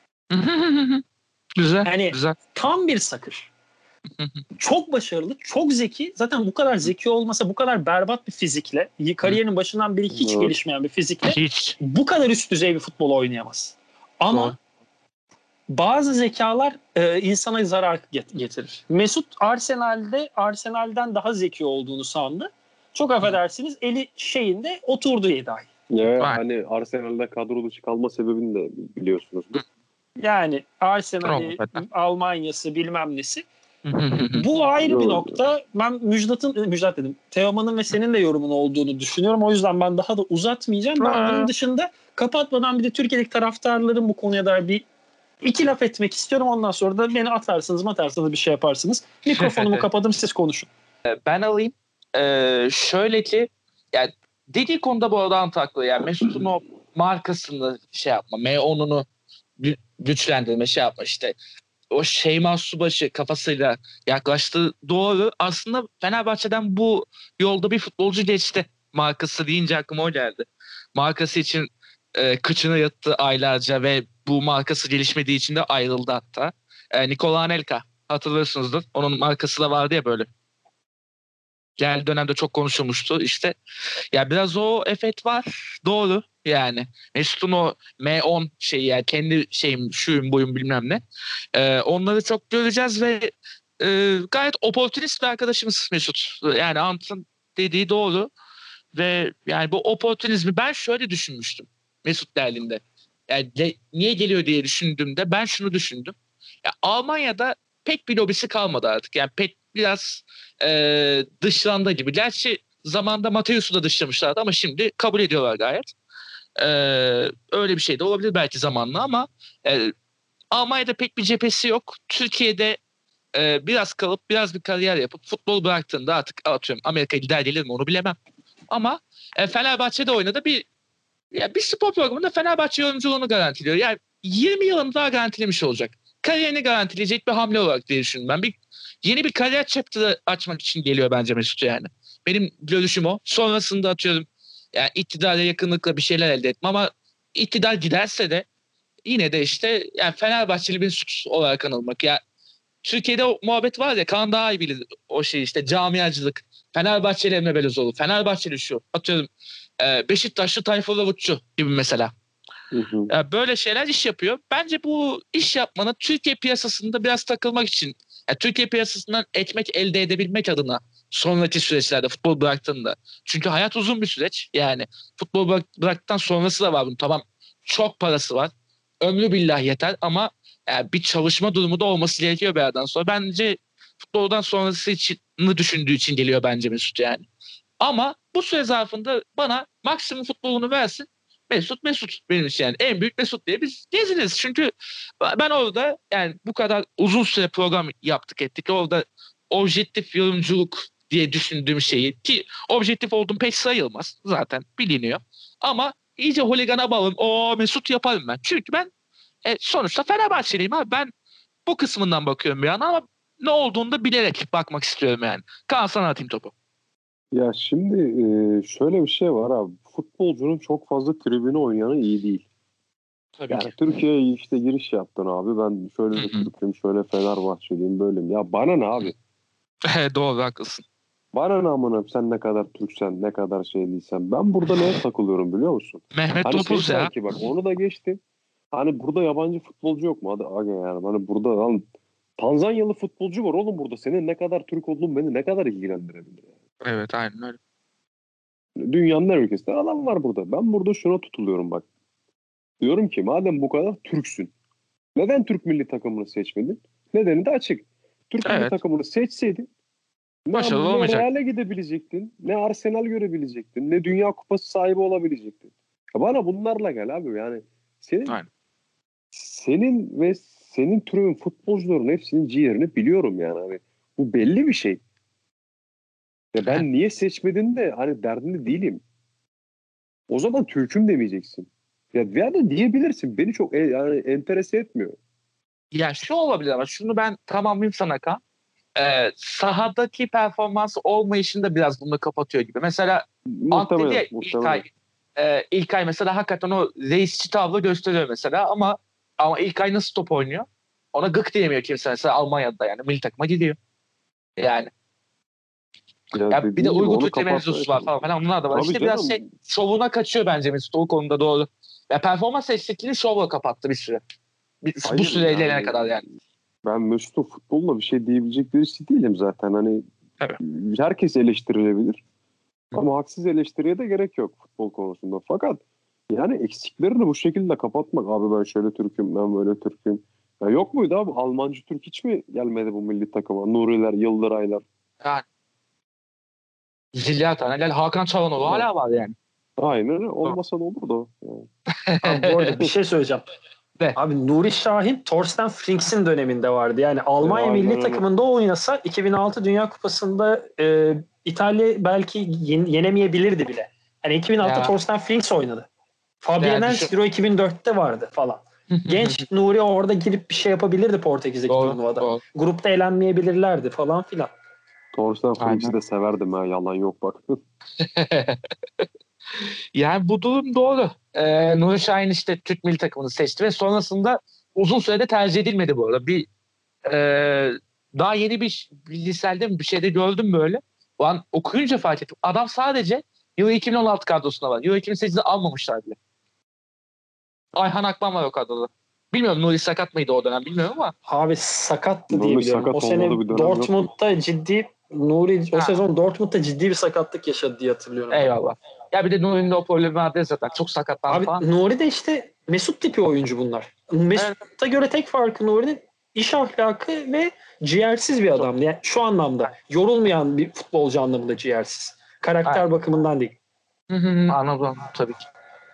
Güzel. Yani güzel. tam bir sakır. Çok başarılı, çok zeki. Zaten bu kadar zeki olmasa, bu kadar berbat bir fizikle, kariyerinin başından beri hiç gelişmeyen bir fizikle bu kadar üst düzey bir futbol oynayamaz. Ama bazı zekalar insana zarar getirir. Mesut Arsenal'den daha zeki olduğunu sandı. Çok affedersiniz, eli şeyinde oturdu 7 ay. Hani Arsenal'de kadro dışı kalma sebebini de biliyorsunuzdur. Yani Arsenal'i, Almanya'sı bilmem nesi. Bu ayrı Doğru. bir nokta. Ben Müjdat dedim. Teoman'ın ve senin de yorumun olduğunu düşünüyorum. O yüzden ben daha da uzatmayacağım. Ben bunun dışında kapatmadan bir de Türkiye'deki taraftarların bu konuya dair bir iki laf etmek istiyorum. Ondan sonra da beni atarsınız bir şey yaparsınız. Mikrofonumu kapadım, siz konuşun. Ben alayım. Şöyle ki yani dediği konuda bu arada Antakya, yani Mesut'un o markasını şey yapma, M10'unu güçlendirme, şey yapma, işte o Şeyma Subaşı kafasıyla yaklaştı. Doğru. Aslında Fenerbahçe'den bu yolda bir futbolcu geçti. Markası deyince aklıma o geldi. Markası için kıçını yattı aylarca ve bu markası gelişmediği için de ayrıldı hatta. Nikola Anelka hatırlıyorsunuzdur. Onun markası da vardı ya böyle. Gel dönemde çok konuşulmuştu. İşte ya biraz o efekt var. Doğru yani. Mesut'un o M10 şeyi yani kendi şeyim şuyum buyum bilmem ne. Onları çok göreceğiz ve gayet opportunist bir arkadaşımız Mesut. Yani Ant'ın dediği doğru. Ve yani bu opportunizmi ben şöyle düşünmüştüm Mesut Derli'nde. Yani niye geliyor diye düşündüğümde ben şunu düşündüm. Ya Almanya'da pek bir lobisi kalmadı artık. Yani pek biraz dışlandı gibi. Gerçi zamanda Mateus'u da dışlamışlardı ama şimdi kabul ediyorlar gayet. E, Öyle bir şey de olabilir belki zamanla ama Almanya'da pek bir cephesi yok. Türkiye'de biraz kalıp biraz bir kariyer yapıp futbol bıraktığında artık atıyorum Amerika'ya gider gelir mi onu bilemem. Ama Fenerbahçe'de oynadı bir spor programında Fenerbahçe yorumculuğunu garantiliyor. Yani 20 yılını daha garantilemiş olacak. Kariyerini garantileyecek bir hamle olarak diye düşündüm ben. Yeni bir kariyer chapter'ı açmak için geliyor bence Mesut yani. Benim görüşüm o. Sonrasında atıyorum yani iktidara yakınlıkla bir şeyler elde etme ama iktidar giderse de yine de işte yani Fenerbahçeli bir suç olarak anılmak. Ya Türkiye'de o muhabbet var ya Kaan daha iyi bilir o şey işte camiacılık. Fenerbahçeli Emre Belözoğlu. Fenerbahçeli şu. Atıyorum Beşiktaşlı Tayfur Davutçu gibi mesela. Hı hı. Böyle şeyler iş yapıyor. Bence bu iş yapmanın Türkiye piyasasında biraz takılmak için Türkiye piyasasından ekmek elde edebilmek adına sonraki süreçlerde futbol bıraktığında. Çünkü hayat uzun bir süreç. Yani futbol bıraktıktan sonrası da var bunun. Tamam çok parası var. Ömrü billah yeter ama bir çalışma durumu da olması gerekiyor bir yerden sonra. Bence futboldan sonrası için düşündüğü için geliyor bence Mesut yani. Ama bu süre zarfında bana maksimum futbolunu versin. Mesut benim için yani en büyük Mesut diye biz geziniz. Çünkü ben orada yani bu kadar uzun süre program yaptık ettik. Orada objektif yorumculuk diye düşündüğüm şeyi ki objektif olduğum pek sayılmaz zaten biliniyor. Ama iyice holigana bağlı o Mesut yaparım ben. Çünkü ben sonuçta Fenerbahçeliyim abi. Ben bu kısmından bakıyorum bir yana ama ne olduğunu da bilerek bakmak istiyorum yani. Kaan sana atayım topu. Ya şimdi şöyle bir şey var abi. Futbolcunun çok fazla tribüne oynayanı iyi değil. Tabii Yani ki. Türkiye'ye işte giriş yaptın abi. Ben şöyle Türk'üm, şöyle Fenerbahçeliyim, böyleyim. Ya bana ne abi? Doğru haklısın. Bana ne amına sen ne kadar Türksen, ne kadar şey değilsen. Ben burada neye takılıyorum biliyor musun? Mehmet Hani Topuz ya. sanki bak onu da geçtim. Hani burada yabancı futbolcu yok mu? Hadi aga yani. Hani burada lan Tanzanyalı futbolcu var oğlum burada. Senin ne kadar Türk olduğun beni ne kadar ilgilendirebilir yani. Evet aynen öyle. Dünyanın her ülkesinde adam var burada. Ben burada şuna tutuluyorum bak. Diyorum ki madem bu kadar Türksün. Neden Türk milli takımını seçmedin? Nedeni de açık. Türk milli Evet. takımını seçseydin Başarılı ne olmayacak. Real'e gidebilecektin, ne Arsenal görebilecektin, ne Dünya Kupası sahibi olabilecektin. Ya bana bunlarla gel abi yani. Aynen. Senin ve senin türün futbolcuların hepsinin ciğerini biliyorum yani. Hani bu belli bir şey. Ya ben niye seçmedin de hani derdinde değilim. O zaman Türk'üm demeyeceksin. Ya da diyebilirsin. Beni çok yani enterese etmiyor. Ya şu olabilir ama şunu ben tamamlayayım sana Kaan. Sahadaki performansı olmayışında biraz bunu kapatıyor gibi. Mesela Ant dedi ya İlkay mesela hakikaten o reisçi tavla gösteriyor mesela ama İlkay nasıl top oynuyor? Ona gık diyemiyor kimse mesela Almanya'da yani milli takıma gidiyor. Yani. Ya bir de Uygur Türkçe mevzusu var falan onlar da var. Tabii İşte canım. biraz şovuna kaçıyor bence Mesut o konuda doğru. Ya performans eksikliğini şovla kapattı bir süre. Bu süreyle gelene kadar yani. Ben Mesut'un futbolla bir şey diyebilecek birisi değilim zaten. Hani evet. Herkes eleştirilebilir. Ama haksız eleştiriye de gerek yok futbol konusunda. Fakat yani eksiklerini bu şekilde kapatmak. Abi ben şöyle Türk'üm, ben böyle Türk'üm. Ya yok muydu abi? Almancı Türk hiç mi gelmedi bu milli takıma? Nuriler, Yıldıraylar. Yani. Zilya tane. Hakan Çalhanoğlu hala var yani. Aynen olmasa da olurdu. Yani. Abi bu arada bir şey söyleyeceğim. Abi Nuri Şahin Torsten Frings döneminde vardı. Yani Almanya milli takımında oynasa 2006 Dünya Kupası'nda İtalya belki yenemeyebilirdi bile. Yani 2006'da Torsten Frings oynadı. Fabian Ernst Euro 2004'te vardı falan. Genç Nuri orada girip bir şey yapabilirdi Portekiz'deki turnuvada. Doğru. Grupta elenmeyebilirlerdi falan filan. Torsten Aynen. Frings de severdim ha, yalan yok bak. Yani bu durum doğru. Nuri Şahin işte Türk milli takımını seçti ve sonrasında uzun sürede tercih edilmedi bu arada. Daha yeni bir bilgiselde mi bir şeyde gördüm böyle. O an okuyunca fark ettim. Adam sadece Euro 2016 kadrosunda var. Euro 2008'de almamışlar bile. Ayhan Akman var o kadroda. Bilmiyorum Nuri sakat mıydı o dönem bilmiyorum ama. Abi sakattı diye Nuri biliyorum. sakat O sene olmadığı bir dönem Dortmund'da ciddi Nuri o Ha. sezon Dortmund'da ciddi bir sakatlık yaşadı diye hatırlıyorum. Eyvallah. Ya bir de Nuri'nin de o problemi vardı zaten. Çok sakatlandı Abi falan. Nuri de işte Mesut tipi oyuncu bunlar. Mesut'a göre tek farkı Nuri'nin iş ahlakı ve ciğersiz bir adamdı. Yani şu anlamda yorulmayan bir futbolcu anlamında ciğersiz. Karakter Aynen. bakımından değil. Anladım tabii ki.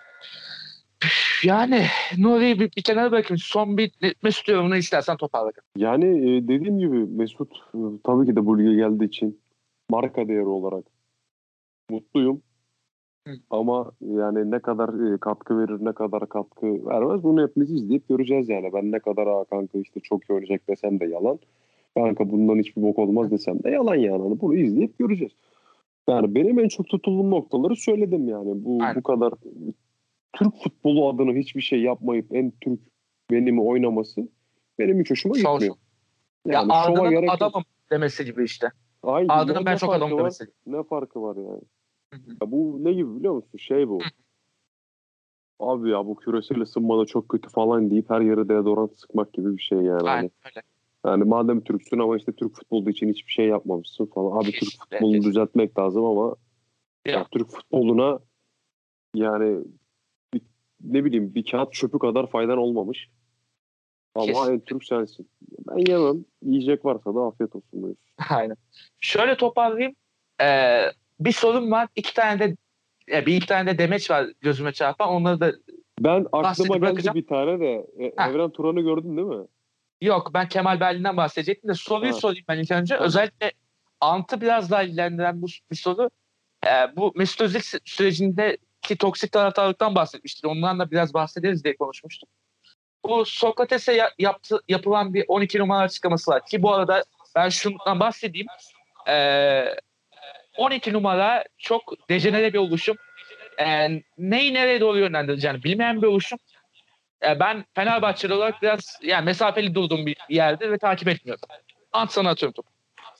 Yani Nuri'yi bir kenara bırakayım. Son bir Mesut yorumunu istersen toparla. Yani dediğim gibi Mesut tabii ki de bu lige geldiği için marka değeri olarak mutluyum. Ama yani ne kadar katkı verir, ne kadar katkı vermez bunu hepimiz izleyip göreceğiz yani. Ben ne kadar kanka işte çok iyi oynayacak desem de yalan. Kanka bundan hiçbir bok olmaz desem de yalan yani. Hani bunu izleyip göreceğiz. Yani benim en çok tutulduğum noktaları söyledim yani. Bu kadar Türk futbolu adına hiçbir şey yapmayıp en Türk benimi oynaması benim hiç hoşuma gitmiyor. Yani ya şova Arda'nın gerek yok. adamım demesi gibi işte. Aynen. Arda'nın ben çok adamım var? demesi gibi. Ne farkı var yani? Ya bu ne gibi biliyor musun? Şey bu. Abi ya bu küresel ısınmada çok kötü falan deyip her yere deodorant sıkmak gibi bir şey yani. Aynen öyle. Yani madem Türksün ama işte Türk futbolu için hiçbir şey yapmamışsın falan. Abi Türk futbolunu düzeltmek lazım ama ya Türk futboluna yani ne bileyim bir kağıt çöpü kadar faydan olmamış. Ama en Türk sensin. Ben yemem. Yiyecek varsa da afiyet olsun. Buyur. Aynen. Şöyle toparlayayım. Bir sorum var. İki tane de demeç var gözüme çarpan. Onları da ben aklıma geldi bırakacağım. bir tane de. Evren Turan'ı gördün değil mi? Yok ben Kemal Berlin'den bahsedecektim de soruyu sorayım ben ilk önce. Tamam. Özellikle Ant'ı biraz daha ilgilendiren bir soru. Bu Mesut Özil sürecindeki toksik taraftarlıktan bahsetmiştir. Ondan da biraz bahsederiz diye konuşmuştuk. Bu Sokrates'e yapılan bir 12 numara açıklaması var. Ki bu arada ben şundan bahsedeyim. 12 numara çok dejenere bir oluşum. Neyi nereye doğru yönlendireceğini bilmeyen bir oluşum. Ben Fenerbahçeli olarak biraz yani mesafeli durduğum bir yerde ve takip etmiyorum. Ant sana atıyorum topu.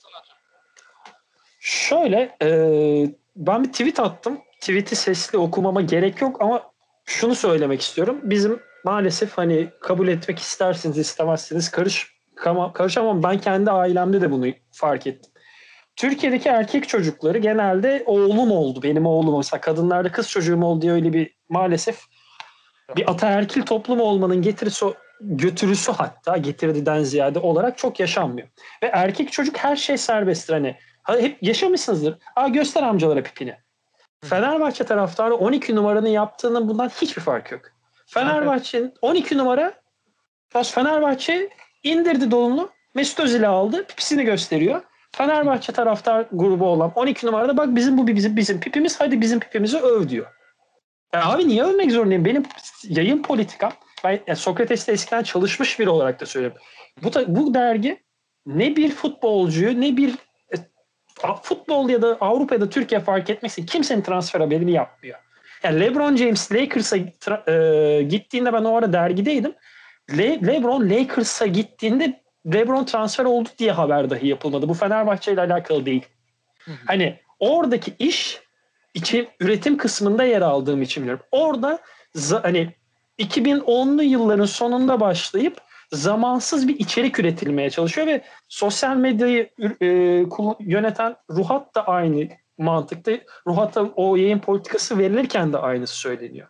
Şöyle ben bir tweet attım. Tweet'i sesli okumama gerek yok ama şunu söylemek istiyorum. Bizim maalesef hani kabul etmek istersiniz istemezsiniz karışamam. Ben kendi ailemde de bunu fark ettim. Türkiye'deki erkek çocukları genelde oğlum oldu. Benim oğlum mesela kadınlarda kız çocuğum oldu diye öyle bir maalesef bir ataerkil toplum olmanın götürüsü hatta getiriden ziyade olarak çok yaşanmıyor. Ve erkek çocuk her şey serbesttir. Hani hep yaşamışsınızdır. Göster amcalara pipini. Fenerbahçe taraftarı 12 numaranın yaptığının bundan hiçbir farkı yok. Fenerbahçe'nin 12 numara Fenerbahçe indirdi dolunu. Mesut Özil'i aldı. Pipisini gösteriyor. Fenerbahçe taraftar grubu olan 12 numarada bak bu bizim pipimiz hadi bizim pipimizi öv diyor. Abi niye övmek zorundayım? Benim yayın politikam ben Sokrates'te eskiden çalışmış biri olarak da söylüyorum. Bu dergi ne bir futbolcuyu ne bir futbol ya da Avrupa ya da Türkiye fark etmesin kimsenin transfer haberini yapmıyor. Yani LeBron James Lakers'a gittiğinde ben o ara dergideydim. LeBron Lakers'a gittiğinde LeBron transfer oldu diye haber dahi yapılmadı. Bu Fenerbahçe ile alakalı değil. Hani oradaki iş için üretim kısmında yer aldığım için biliyorum. Orada hani 2010'lu yılların sonunda başlayıp zamansız bir içerik üretilmeye çalışıyor ve sosyal medyayı yöneten Ruhat da aynı mantıkta. Ruhat'a o yayın politikası verilirken de aynısı söyleniyor.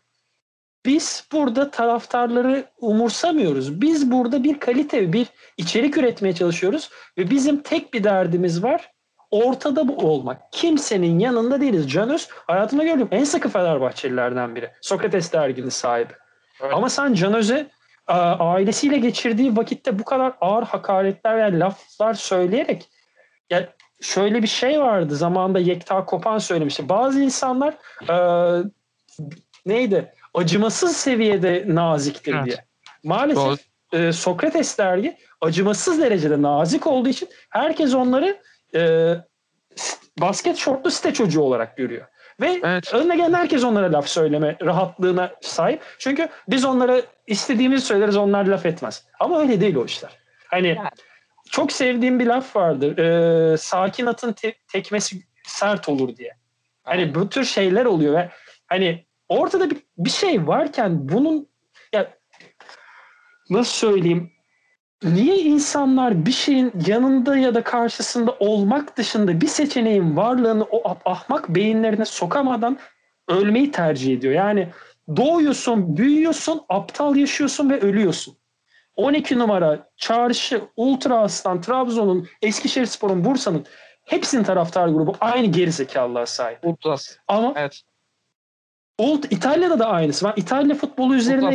Biz burada taraftarları umursamıyoruz. Biz burada bir kalite, bir içerik üretmeye çalışıyoruz ve bizim tek bir derdimiz var. Ortada bu olmak. Kimsenin yanında değiliz. Can Öz hayatımda gördüğüm en sıkı Fenerbahçelilerden biri. Sokrates derginin sahibi. Evet. Ama sen Can Öz'e ailesiyle geçirdiği vakitte bu kadar ağır hakaretler veya laflar söyleyerek yani şöyle bir şey vardı. Zamanında Yekta Kopan söylemişti. Bazı insanlar neydi? Acımasız seviyede naziktir diye. Maalesef Sokrates dergi acımasız derecede nazik olduğu için herkes onları basket şortlu site çocuğu olarak görüyor. Ve önüne gelen herkes onlara laf söyleme rahatlığına sahip. Çünkü biz onlara istediğimizi söyleriz, onlar laf etmez. Ama öyle değil o işler. Hani çok sevdiğim bir laf vardır. Sakin atın tekmesi sert olur diye. Hani bu tür şeyler oluyor ve hani ortada bir şey varken bunun ya nasıl söyleyeyim, niye insanlar bir şeyin yanında ya da karşısında olmak dışında bir seçeneğin varlığını o ahmak beyinlerine sokamadan ölmeyi tercih ediyor? Yani doğuyorsun, büyüyorsun, aptal yaşıyorsun ve ölüyorsun. 12 numara, Çarşı, Ultra Aslan, Trabzon'un, Eskişehirspor'un, Bursa'nın hepsinin taraftar grubu aynı gerizekalığa sahip. Ultras. Ama evet. İtalya'da da aynısı. Ben İtalya futbolu üzerine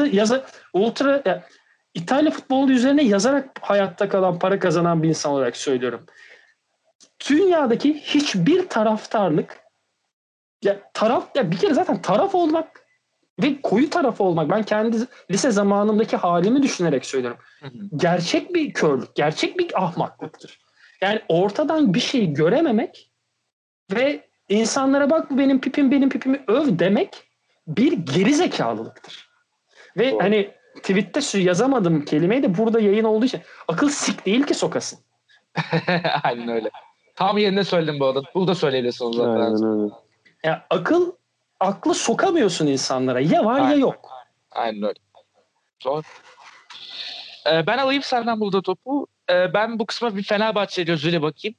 İtalya futbolu üzerine yazarak hayatta kalan, para kazanan bir insan olarak söylüyorum. Dünyadaki hiçbir taraftarlık bir kere zaten taraf olmak ve koyu taraf olmak, ben kendi lise zamanımdaki halimi düşünerek söylüyorum. Gerçek bir körlük, gerçek bir ahmaklıktır. Yani ortadan bir şey görememek ve insanlara bak bu benim pipimi öv demek bir gerizekalılıktır. Ve hani tweette yazamadım kelimeyi de burada yayın olduğu için akıl sik değil ki sokasın. Aynen öyle. Tam yerine söyledim bu arada. Burada söyleyebilirsin o zaman. Aynen öyle. Yani aklı sokamıyorsun insanlara. Ya var ya yok. Aynen öyle. Zor. Ben alayım senden burada topu. Ben bu kısma bir Fenerbahçe gözüyle bakayım.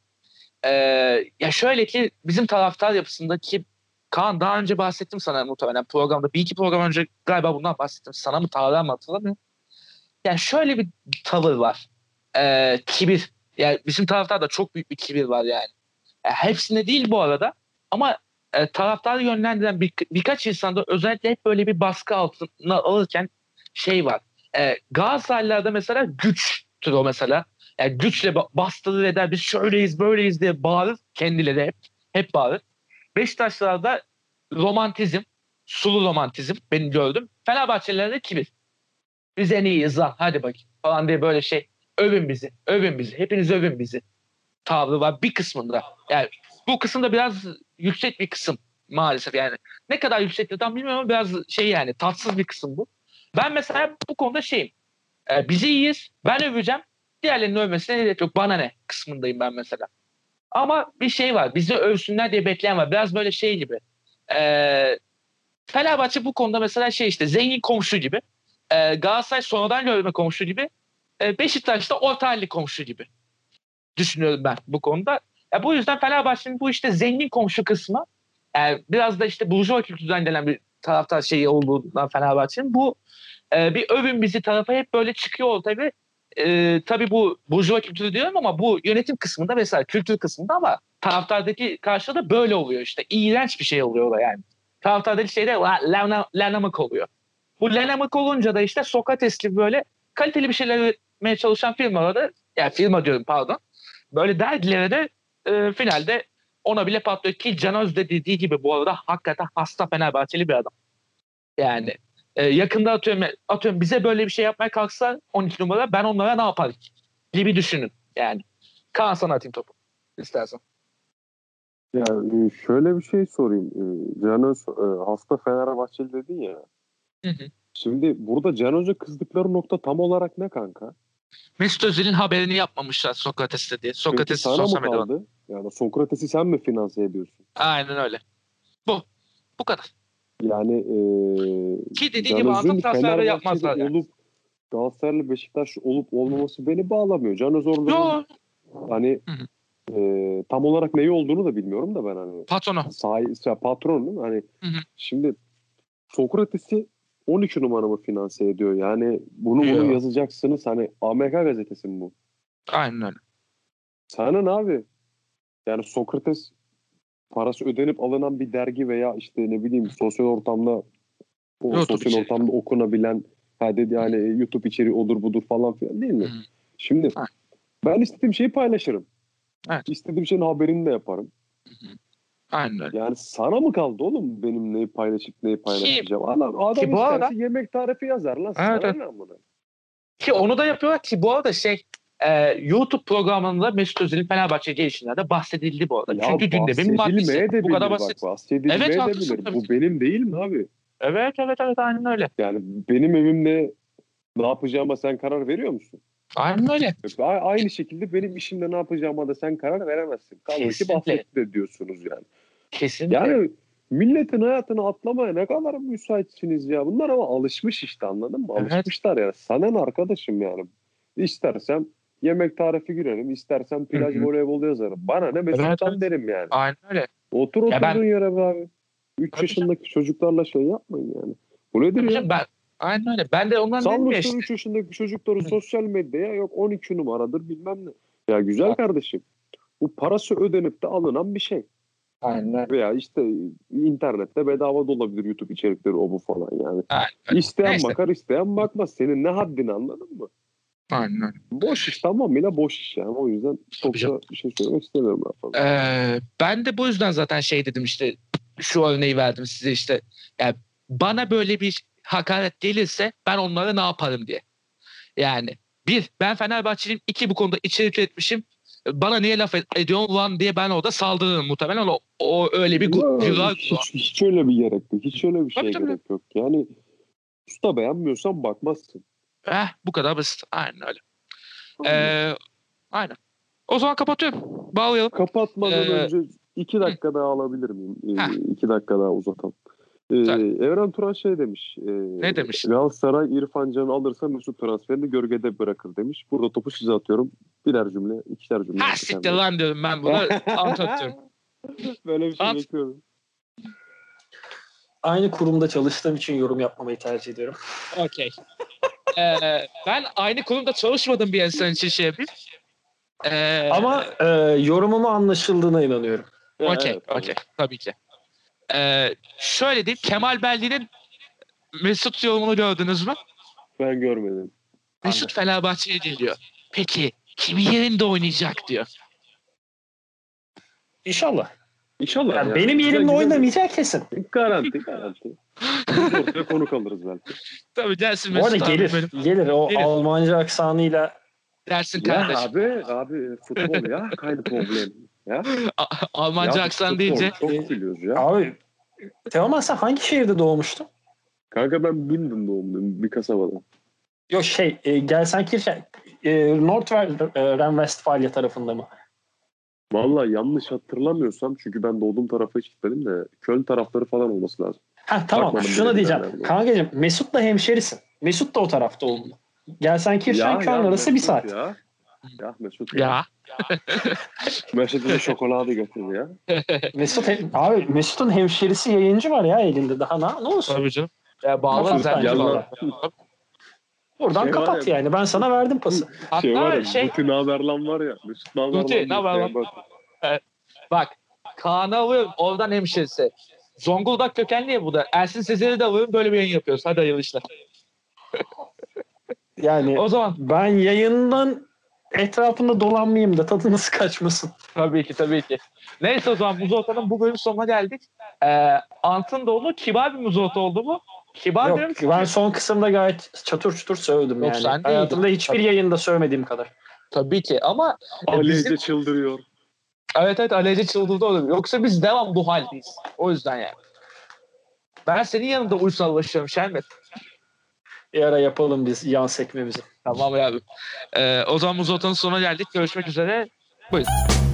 Ya şöyle ki bizim taraftar yapısındaki Kaan daha önce bahsettim sana muhtemelen programda. Bir iki program önce galiba bundan bahsettim. Sana mı Tarık'a mı hatırlamıyorum. Yani şöyle bir tavır var. Kibir. Yani bizim taraftarda çok büyük bir kibir var yani. Hepsinde değil bu arada. Ama taraftarı yönlendiren birkaç insanda özellikle hep böyle bir baskı altına alırken şey var. Galatasaraylılarda mesela güçtür o mesela. Yani güçle bastırır eder. Biz şöyleyiz böyleyiz diye bağırır. Kendileri hep bağırır. Beşiktaşlılarda romantizm, sulu romantizm benim gördüm. Fenerbahçelilerde kibir. Biz en iyiyiz lan hadi bakayım falan diye böyle şey. Övün bizi, övün bizi. Hepiniz övün bizi. Tavrı var bir kısmında. Yani bu kısımda biraz yüksek bir kısım maalesef yani. Ne kadar yüksek tam bilmiyorum ama biraz şey yani tatsız bir kısım bu. Ben mesela bu konuda şeyim. Biz iyiyiz. Ben öveceğim. Diğerlerinin övmesine gerek yok. Bana ne kısmındayım ben mesela. Ama bir şey var. Bizi övsünler diye bekleyen var. Biraz böyle şey gibi. Fenerbahçe bu konuda mesela şey işte zengin komşu gibi. Galatasaray sonradan görme komşu gibi. Beşiktaş'ta orta halli komşu gibi düşünüyorum ben bu konuda. Bu yüzden Fenerbahçe'nin bu işte zengin komşu kısmı biraz da işte burjuva kültürden gelen bir taraftar şeyi olduğundan Fenerbahçe'nin bu bir övün bizi tarafa hep böyle çıkıyor tabii. Tabii bu burjuva kültürü diyorum ama bu yönetim kısmında mesela kültür kısmında ama taraftardaki karşıda böyle oluyor işte. İğrenç bir şey oluyor da yani. Taraftardaki şeyde lanamak oluyor. Bu lanamak olunca da işte Sokrates'li böyle kaliteli bir şeyler üretmeye çalışan firmalarda yani firma diyorum pardon. Böyle dergilere de finalde ona bile patlıyor ki Can Özde dediği gibi bu arada hakikaten hasta Fenerbahçeli bir adam. Yani yakında atıyorum bize böyle bir şey yapmaya kalksa 12 numara ben onlara ne yaparım gibi düşünün yani. Kaan sana atayım topu istersen. Ya şöyle bir şey sorayım. Can Öz hasta Fenerbahçeli dedin ya. Hı hı. Şimdi burada Can Hoca kızdıkları nokta tam olarak ne kanka? Mesut Özil'in haberini yapmamışlar Sokrates'te diye. Peki Sokrates sana sosyal mı medyada. kaldı? Yani Sokrates'i sen mi finanse ediyorsun? Aynen öyle. Bu kadar. Yani Ki dediği Can gibi Öz'ün transfer Fenerbahçeli yapmazlar yani. olup Galatasaraylı Beşiktaş olup olmaması beni bağlamıyor. Can Öz orada Yo. hani tam olarak neyi olduğunu da bilmiyorum da ben hani Patronu. patron değil mi? Hani Hı. şimdi Sokrates'i 12 numaramı finanse ediyor. Yani bunu yazacaksınız. Hani AMK gazetesi mi bu? Aynen öyle. Sana ne abi? Yani Sokrates parası ödenip alınan bir dergi veya işte ne bileyim sosyal ortamda ortamda okunabilen yani YouTube içeriği odur budur falan filan değil mi? Hı. Şimdi ben istediğim şeyi paylaşırım. Evet. İstediğim şeyin haberini de yaparım. Hı. Aynen öyle. Yani sana mı kaldı oğlum benim neyi paylaşıp neyi paylaşacağım? Adam ki bu arada- isterse yemek tarifi yazar lan. Sana Evet. ne amına? Ki onu da yapıyorlar ki bu arada YouTube programında Mesut Özil'in Fenerbahçe gelişinden bahsedildi bu arada. Ya Çünkü gündemin maddesi. bahsedilmeye de Bu kadar bilir basit. bak. Bahsedilmeye Evet, de haklısın bilir. tabii Bu ki. benim değil mi abi? Evet aynen öyle. Yani benim evimde ne yapacağıma sen karar veriyor musun? Aynen öyle. Aynı şekilde benim işimde ne yapacağıma da sen karar veremezsin. Kaldı ki Kesinlikle. bahsetti diyorsunuz yani. Kesinlikle. Yani milletin hayatını atlamaya ne kadar müsaitsiniz ya. Bunlar ama alışmış işte, anladın mı? Evet. Alışmışlar ya. Sana ne arkadaşım yani. İstersem yemek tarifi girerim. İstersem plaj Hı hı. voleybol yazarım. Bana ne Mesut'tan Evet. derim yani. Aynen öyle. Otur Ya oturduğun ben- yere be abi. 3 Tabii yaşındaki çocuklarla şey yapmayın yani. Bu nedir ya? Aynen öyle. Ben de ondan dedim ya Salmışlar işte. 3 yaşındaki çocukları sosyal medyaya, yok 12 numaradır bilmem ne. Ya güzel kardeşim. Bu parası ödenip de alınan bir şey. Aynen öyle. Veya işte internette bedava da olabilir YouTube içerikleri, o bu falan yani. Aynen öyle. İsteyen Neyse. bakar, isteyen bakmaz. Senin ne haddini, anladın mı? Aynen öyle. Boş iş, tamamıyla boş iş yani. O yüzden çok Tabii da bir şey söylemek istemiyorum daha fazla. Ben de bu yüzden zaten dedim işte, şu örneği verdim size işte. Yani bana böyle bir hakaret gelirse ben onlara ne yaparım diye. Yani ben Fenerbahçeliyim, bu konuda içerik üretmişim. Bana niye laf ediyorsun lan diye ben orada saldırırım muhtemelen. O öyle bir Ya, hiç öyle bir gerek yok. Hiç öyle bir şeye Tabii. gerek yok. Yani usta beğenmiyorsan bakmazsın. Bu kadar basit. Aynen öyle. Aynen. O zaman kapatıyorum. Bağlayalım. Kapatmadan önce 2 dakika daha alabilir miyim? 2 dakika daha uzatalım. Evren Turan şey demiş. Ne demiş? Galatasaray İrfan Can'ı alırsa Mesut transferini gölgede bırakır demiş. Burada topu size atıyorum. Birer cümle, ikişer cümle. Ha siktir lan diyorum ben bunu. Anlatıyorum. Böyle bir şey bekliyorum. Aynı kurumda çalıştığım için yorum yapmamayı tercih ediyorum. Okey. Ben aynı kurumda çalışmadım bir insan için şey yapayım. Ama yorumumu anlaşıldığına inanıyorum. Okey. Tabii ki. Şöyle diyeyim. Kemal Belli'nin Mesut yorumunu gördünüz mü? Ben görmedim. Mesut Fenerbahçe'ye geliyor. Peki kimin yerinde oynayacak diyor. İnşallah. İnşallah. Yani benim yerimde oynamayacak kesin. Garanti. Biz ortaya konuk alırız belki. Tabii dersin Bu arada Mesut abi benim. gelir o Gelir. Almanca aksanıyla. Dersin Ya kardeşim. abi futbol ya. Kein Problem. Ya. Almanca aksan futbol, deyince. çok biliyoruz ya. Abi Teoman sen hangi şehirde doğmuştun? Kanka ben Bünden doğumluyum. Bir kasabada. Yok Gelsenkirchen Nordrhein-Westfalia tarafında mı? Vallahi yanlış hatırlamıyorsam, çünkü ben doğduğum tarafa hiç gitmedim de, Köln tarafları falan olması lazım. Tamam, Bakmadım şunu bile diyeceğim. nereden Kankacığım Mesut'la hemşerisin. Mesut da o tarafta olmalı. Gelsenkirchen Köln arası bir saat. Ya Mesut Ya. Mesut'un şokoladı götürdü ya. Mesut'un hemşerisi yayıncı var ya elinde. Daha ne olsun? Tabii canım. Ya bağlı Kapat zaten. bence Bağlı. Buradan kapat yani. Ben sana verdim pası. Şey var ya, Hatta Guti ne haber lan var ya. Mesut ne haber lan? Guti, ne haber lan? Bak Kaan'ı alıyorum, oradan hemşirisi. Zonguldak kökenli ya bu da. Ersin Sezer'i de alıyorum, böyle bir yayın yapıyoruz. Hadi hayırlı işler. Yani O zaman ben yayından etrafında dolanmayayım da tadınız kaçmasın. tabii ki. Neyse o zaman Muzota'nın bu bölüm sonuna geldik. Ant'ın da oldu. Kibar bir Muzota oldu mu? Kibar Yok, diyorum çünkü. ben son kısımda gayet çatır çutur sövdüm Yok, yani. sen de Hayatımda iyiydin. hiçbir yayında sövmediğim kadar. Tabii ki ama Aleyce çıldırıyor. Evet Aleyce çıldırdı orada. Yoksa biz devam bu haldeyiz. O yüzden yani. Ben senin yanında uysallaşıyorum Şermet. Bir ara yapalım biz yan sekmemizi. Tamam abi. O zaman Muzota'nın sonuna geldik. Görüşmek üzere. Buyurun.